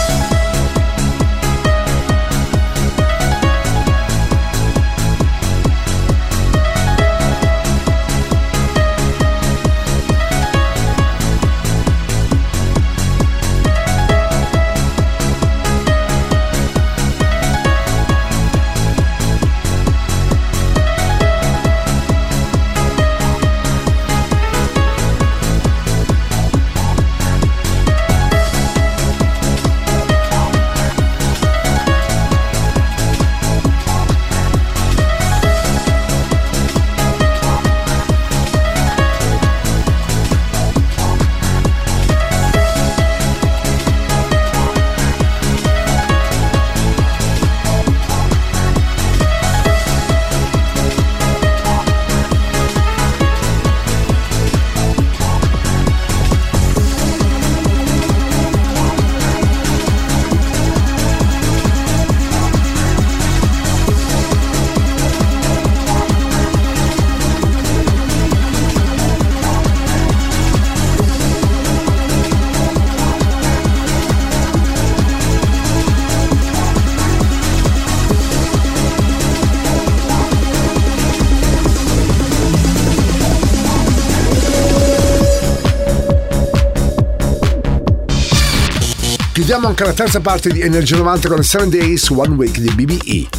Chiudiamo anche la terza parte di Energia 90 con 7 Days, 1 Week di BBE.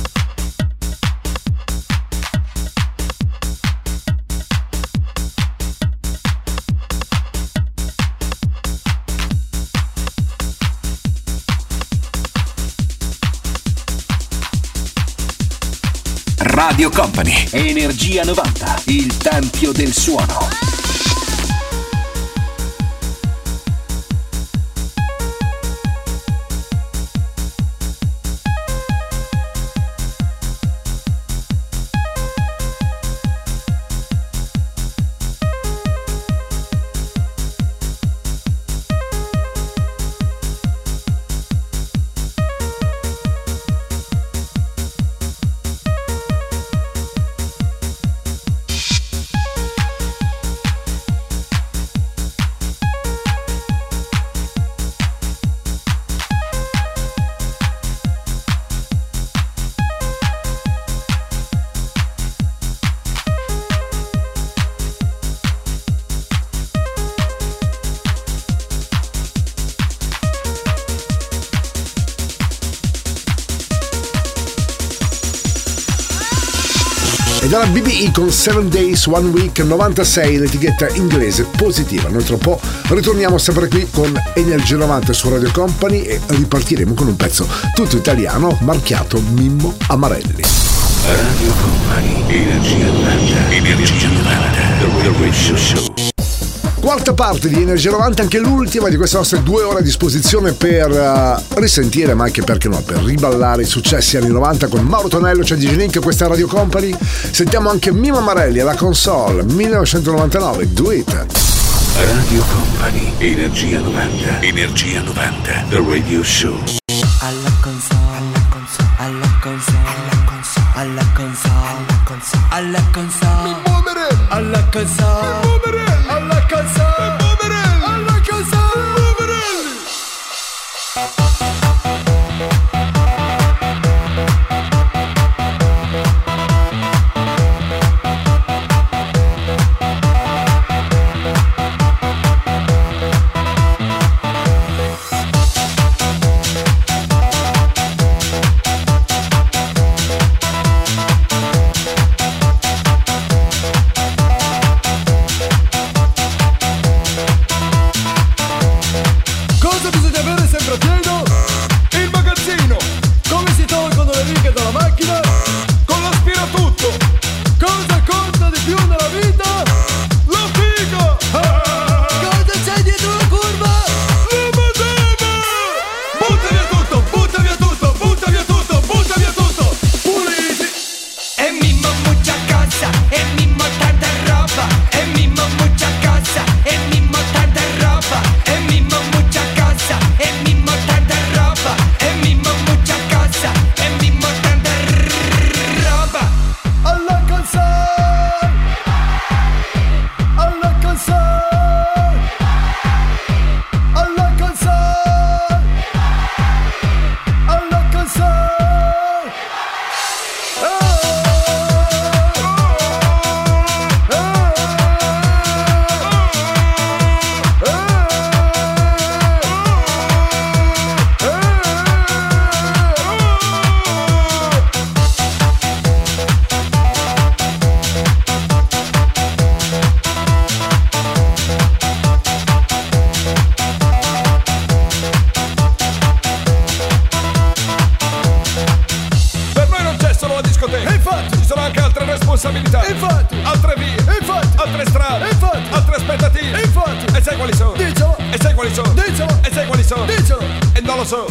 Radio Company, Energia 90, il tempio del suono. E dalla BBE con 7 Days, 1 Week 96, l'etichetta inglese positiva. Noi tra un po' ritorniamo sempre qui con Energia 90 su Radio Company e ripartiremo con un pezzo tutto italiano marchiato Mimmo Amarelli. Radio Company, Energia 90, Energia 90, The Radio Show. Quarta parte di Energia 90, anche l'ultima di queste nostre 2 ore a disposizione per risentire, ma anche perché no, per riballare i successi anni 90 con Mauro Tonello, c'è DJ Nick, questa è Radio Company. Sentiamo anche Mimmo Amarelli alla console, 1999, Do It. Radio Company, Energia 90, Energia 90, The Radio Show. Alla console, alla console, alla console, alla console, alla console, alla console, alla console. Alla console, alla console, discoteca. Infatti. Ci sono anche altre responsabilità. Infatti. Altre vie. Infatti. Altre strade. Infatti. Altre aspettative. Infatti. E sai quali sono? Dicelo. E sai quali sono? Dicelo. E sai quali sono? Dicelo. E non lo so.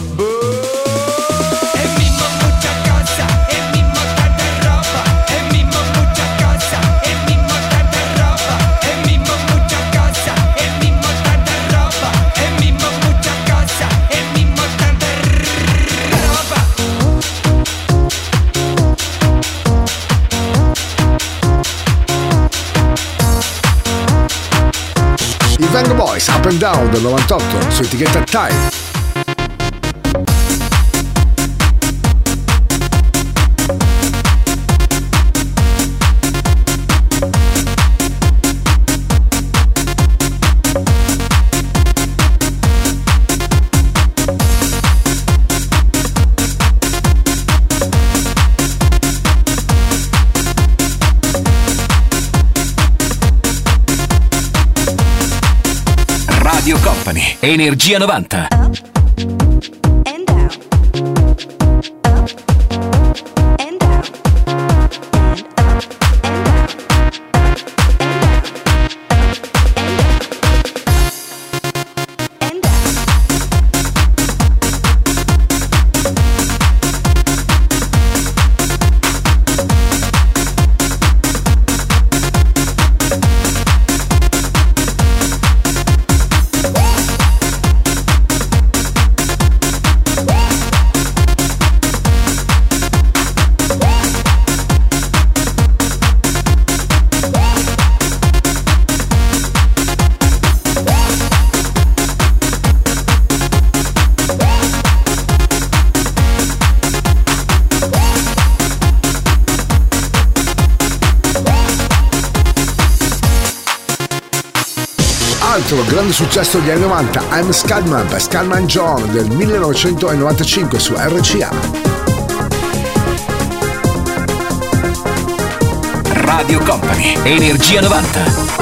I Venga Boys, Up and Down del 98 su etichetta Time. Radio Company, Energia 90. Altro grande successo degli anni 90, I'm Scatman per Scatman John del 1995 su RCA. Radio Company, Energia 90.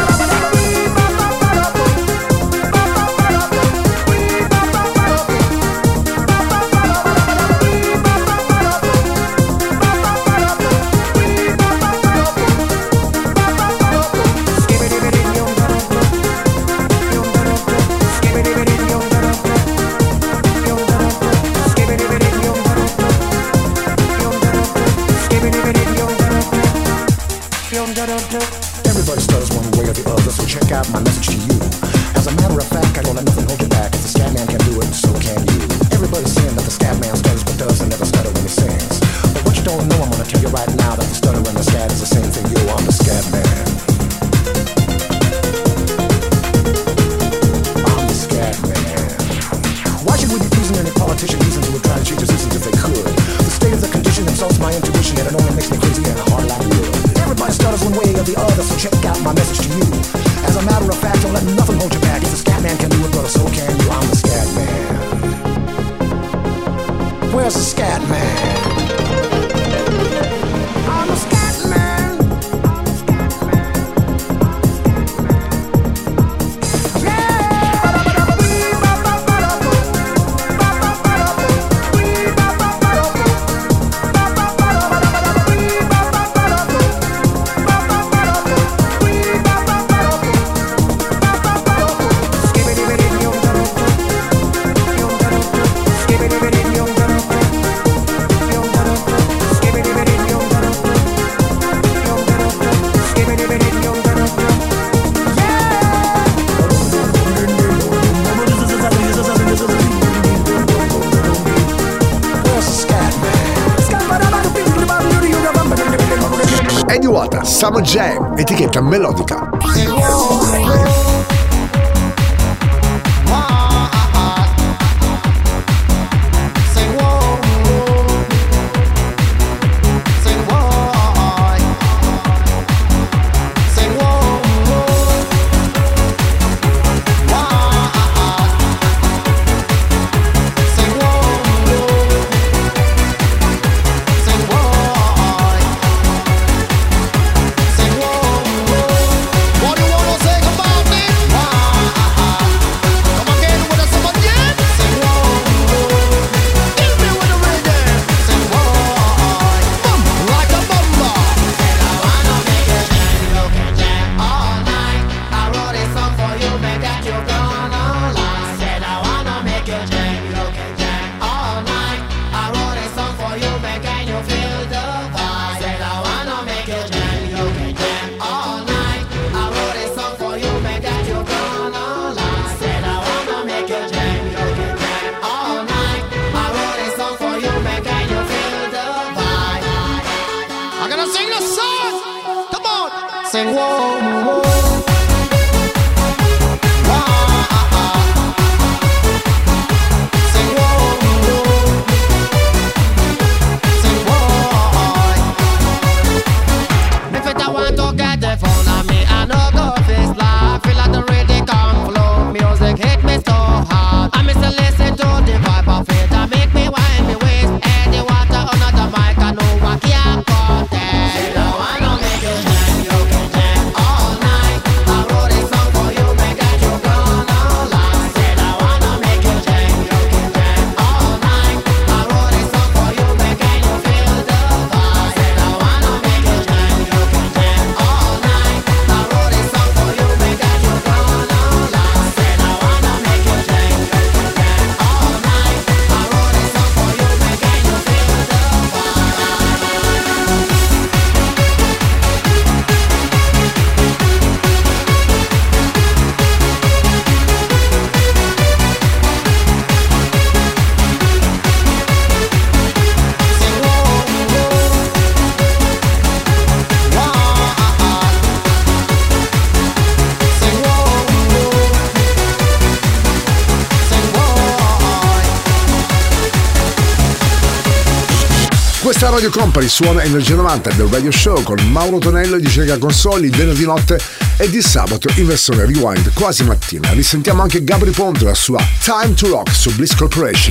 Everybody stutters one way or the other, so check out my message to you. As a matter of fact, I don't let nothing hold you back. If the scat man can do it, so can you. Everybody's saying that the scat man stutters but doesn't never stutter when he sings. But what you don't know, I'm gonna tell you right now that the stutter and the scat is the same thing. Yo, I'm the scat man. I'm the scat man. Why should we be using any politician reasons who would try to change the systems if they could? The state of the condition insults my intuition and it only makes me crazy and hard like wood. Everybody stutters one way or the other, so check out my message to you. As a matter of fact, don't let nothing hold you back. If the scat man can do it, brother, so can you. I'm the scat man. Where's the scat man? I'm the scat man. Eddie Waters, Summer Jam, etichetta melodica. What do you want? sing whoa, whoa. Questa Radio Company suona Energia 90 del Radio Show con Mauro Tonello e DJ Nick Consoli il venerdì notte e di sabato in versione rewind quasi mattina. Risentiamo anche Gabri Ponte e la sua Time to Rock su Bliss Corporation.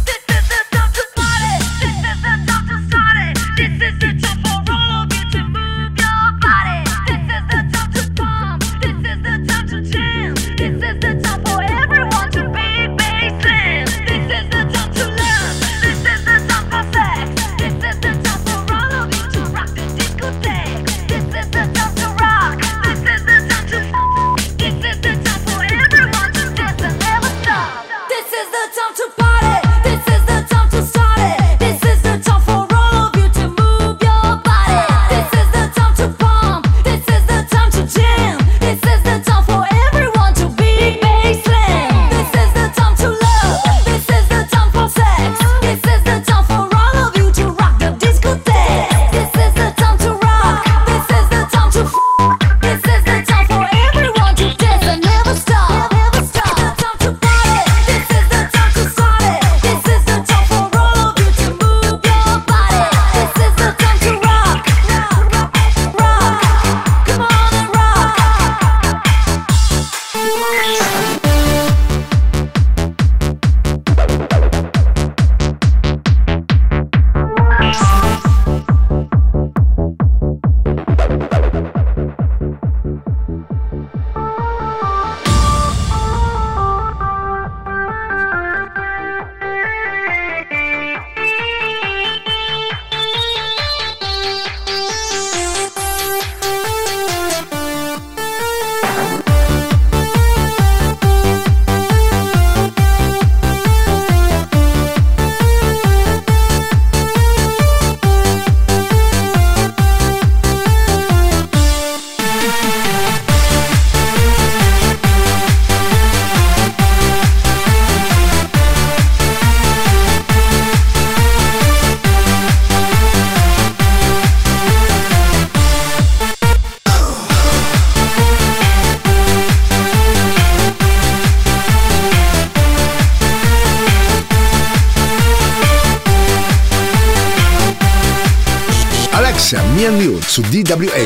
Me and You su DWA.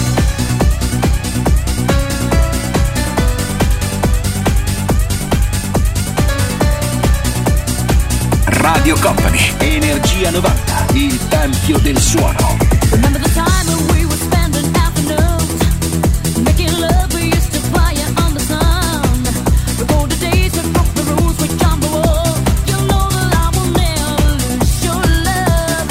Radio Company, Energia 90, il tempio del suono. Remember the time when we would spend an afternoon making love, we used to fire on the sun. Recall the days when broke the rules, we jumble up. You know that I will never lose your love.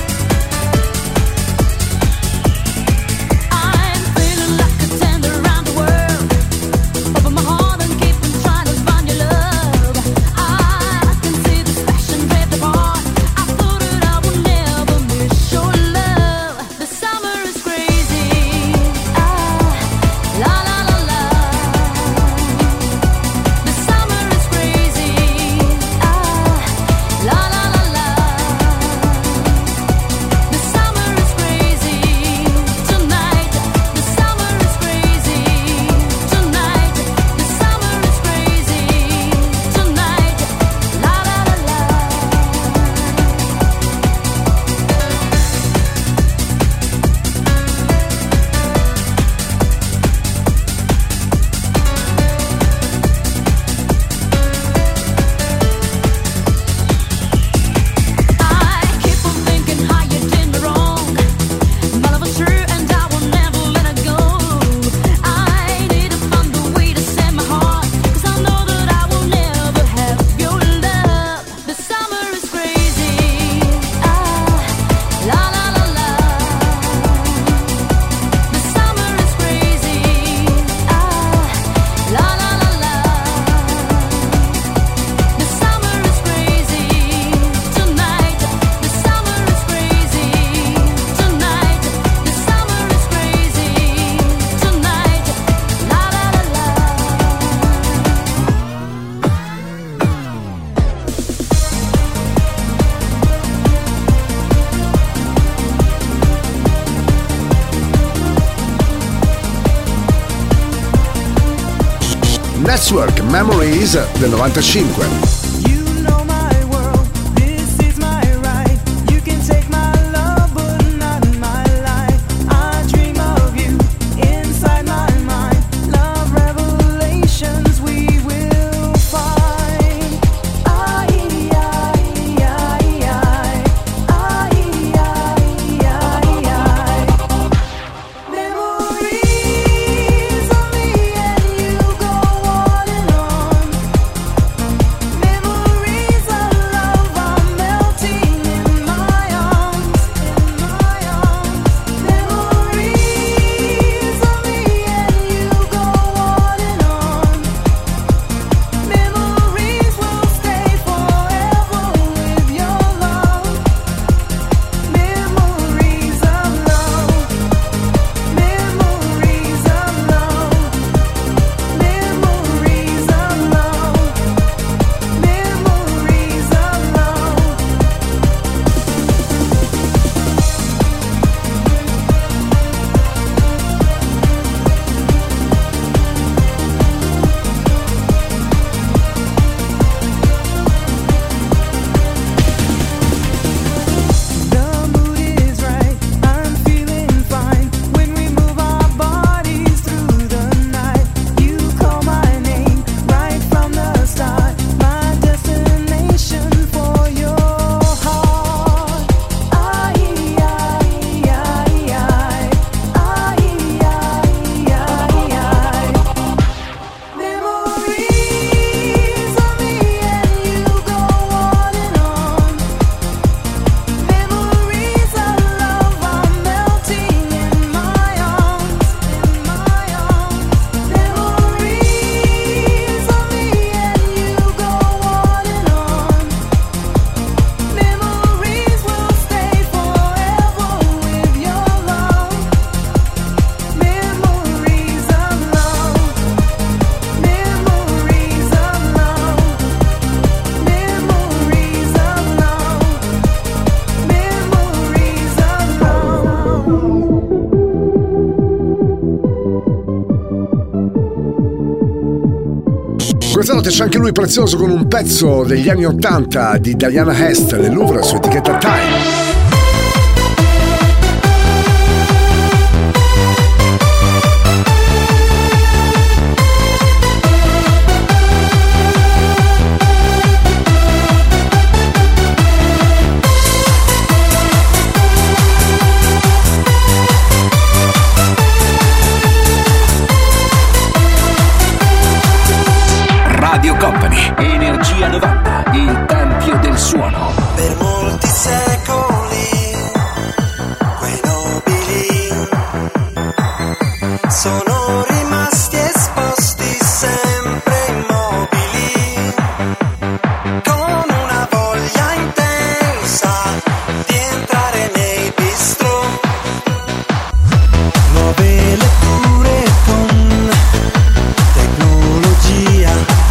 I'm feeling like a tender around the Network Memories del 95. Questa notte c'è anche lui prezioso con un pezzo degli anni 80 di Diana Hest, Le Louvre, su etichetta Time. Radio Company, Energia 90, il tempio del suono. Per molti secoli quei nobili sono rimasti esposti sempre immobili, con una voglia intensa di entrare nei bistrò. Nuove letture con tecnologia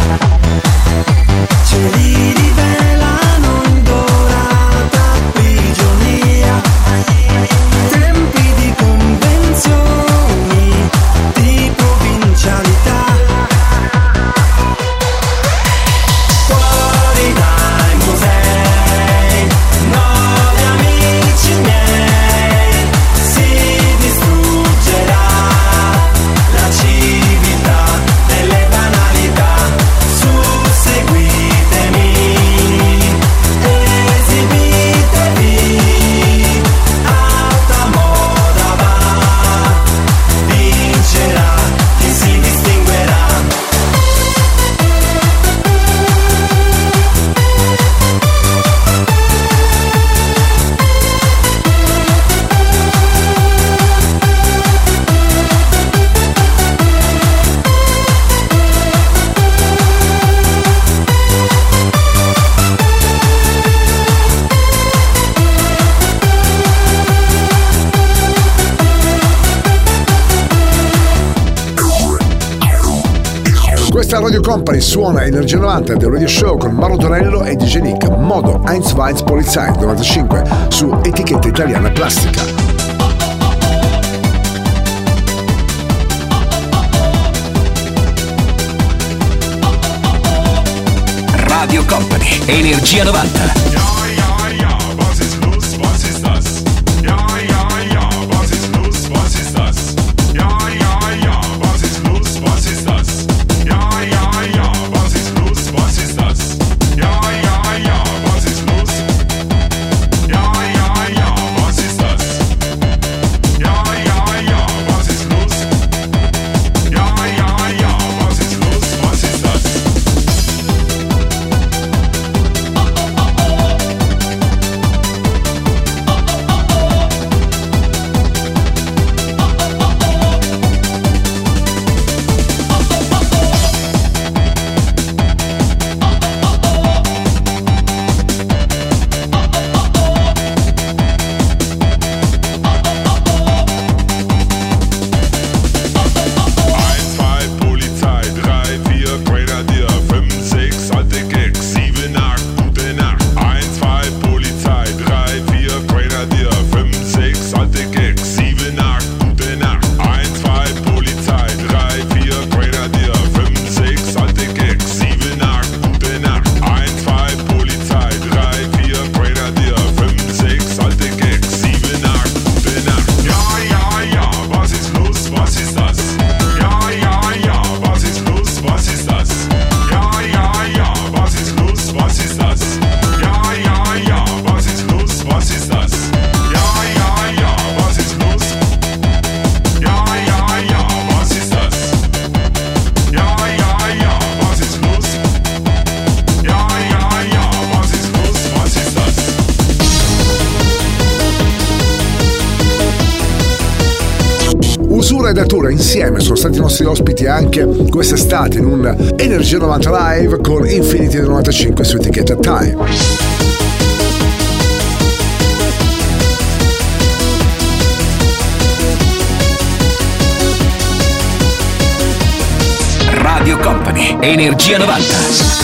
ce li rivelano in dorata prigionia, tempi di convenzioni, di provincialità. Fuori dai musei, nuovi amici miei, si distruggerà la civiltà delle banalità. Seguitemi, esibitevi, alta moda va, vincerà chi si distinguerà. Questa è Radio Company, suona Energia 90 del Radio Show con Mauro Tonello e DJ Nick, modo Heinz Weins Polizei 95 su etichetta italiana Plastica. Energia 90. Usura e Datura insieme sono stati i nostri ospiti anche quest'estate in un Energia 90 Live con Infinity del 95 su etichetta Time. Radio Company, Energia 90.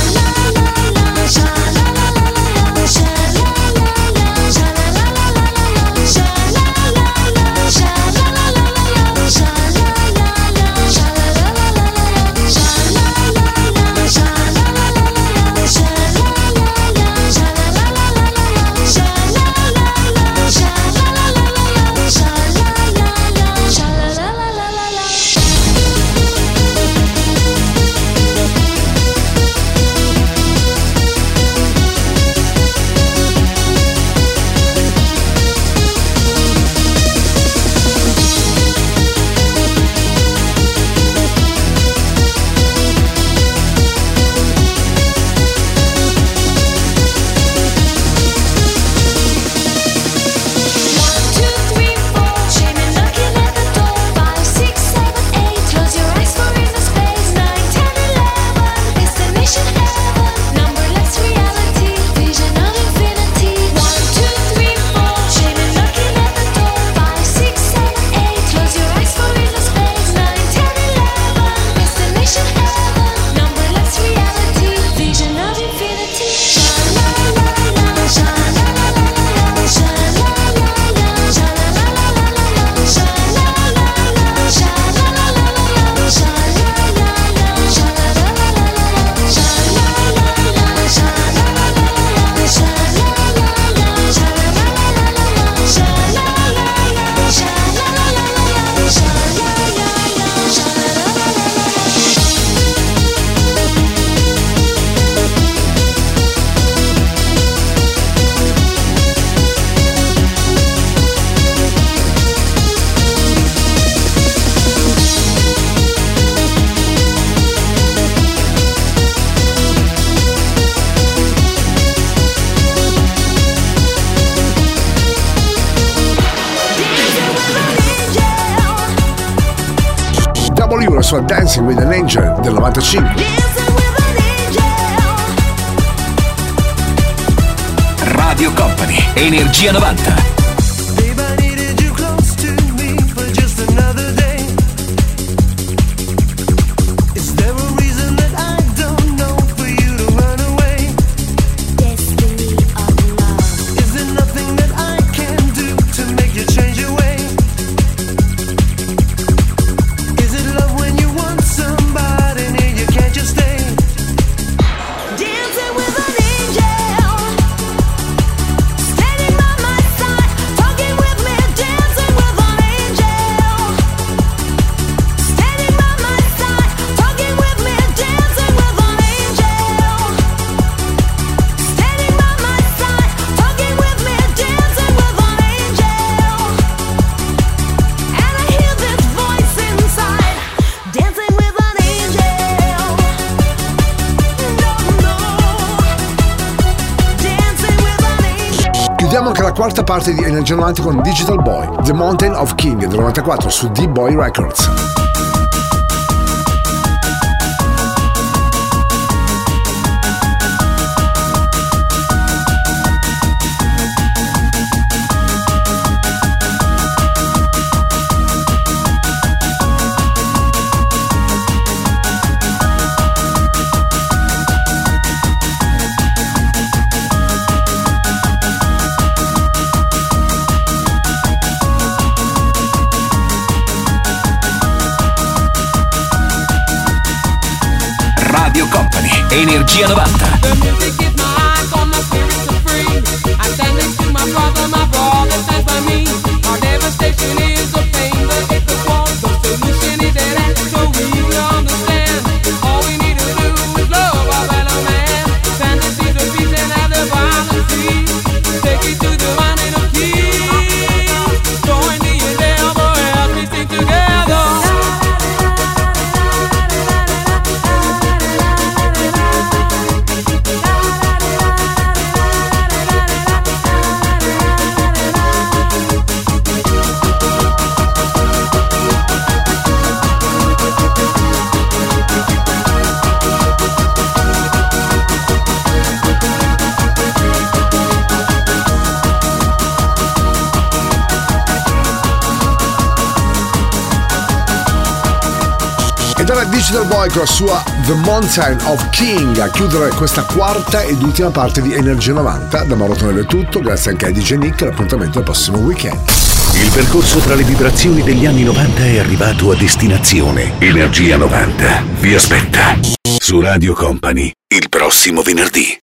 La sua Dancing with an Angel del 95. Radio Company, Energia 90. Dancing with an angel. Chiudiamo anche la quarta parte di Energia 90 con Digital Boy, The Mountain of King del 94 su D-Boy Records. Radio Company, Energia 90. The music is my eyes on my spirit to free. I stand next to my brother stands by me. Our devastation is a pain, but it's a war. The solution is an act, so we will understand. All we need to do is love our fellow man. Fantasies of peace and have the violence free. Take it to the mountain of peace. Join the endeavor as we sing together. Ed era Digital Boy con la sua The Mountain of King a chiudere questa quarta ed ultima parte di Energia 90. Da Mauro Tonello è tutto, grazie anche a DJ Nick, l'appuntamento al prossimo weekend. Il percorso tra le vibrazioni degli anni 90 è arrivato a destinazione. Energia 90 vi aspetta su Radio Company il prossimo venerdì.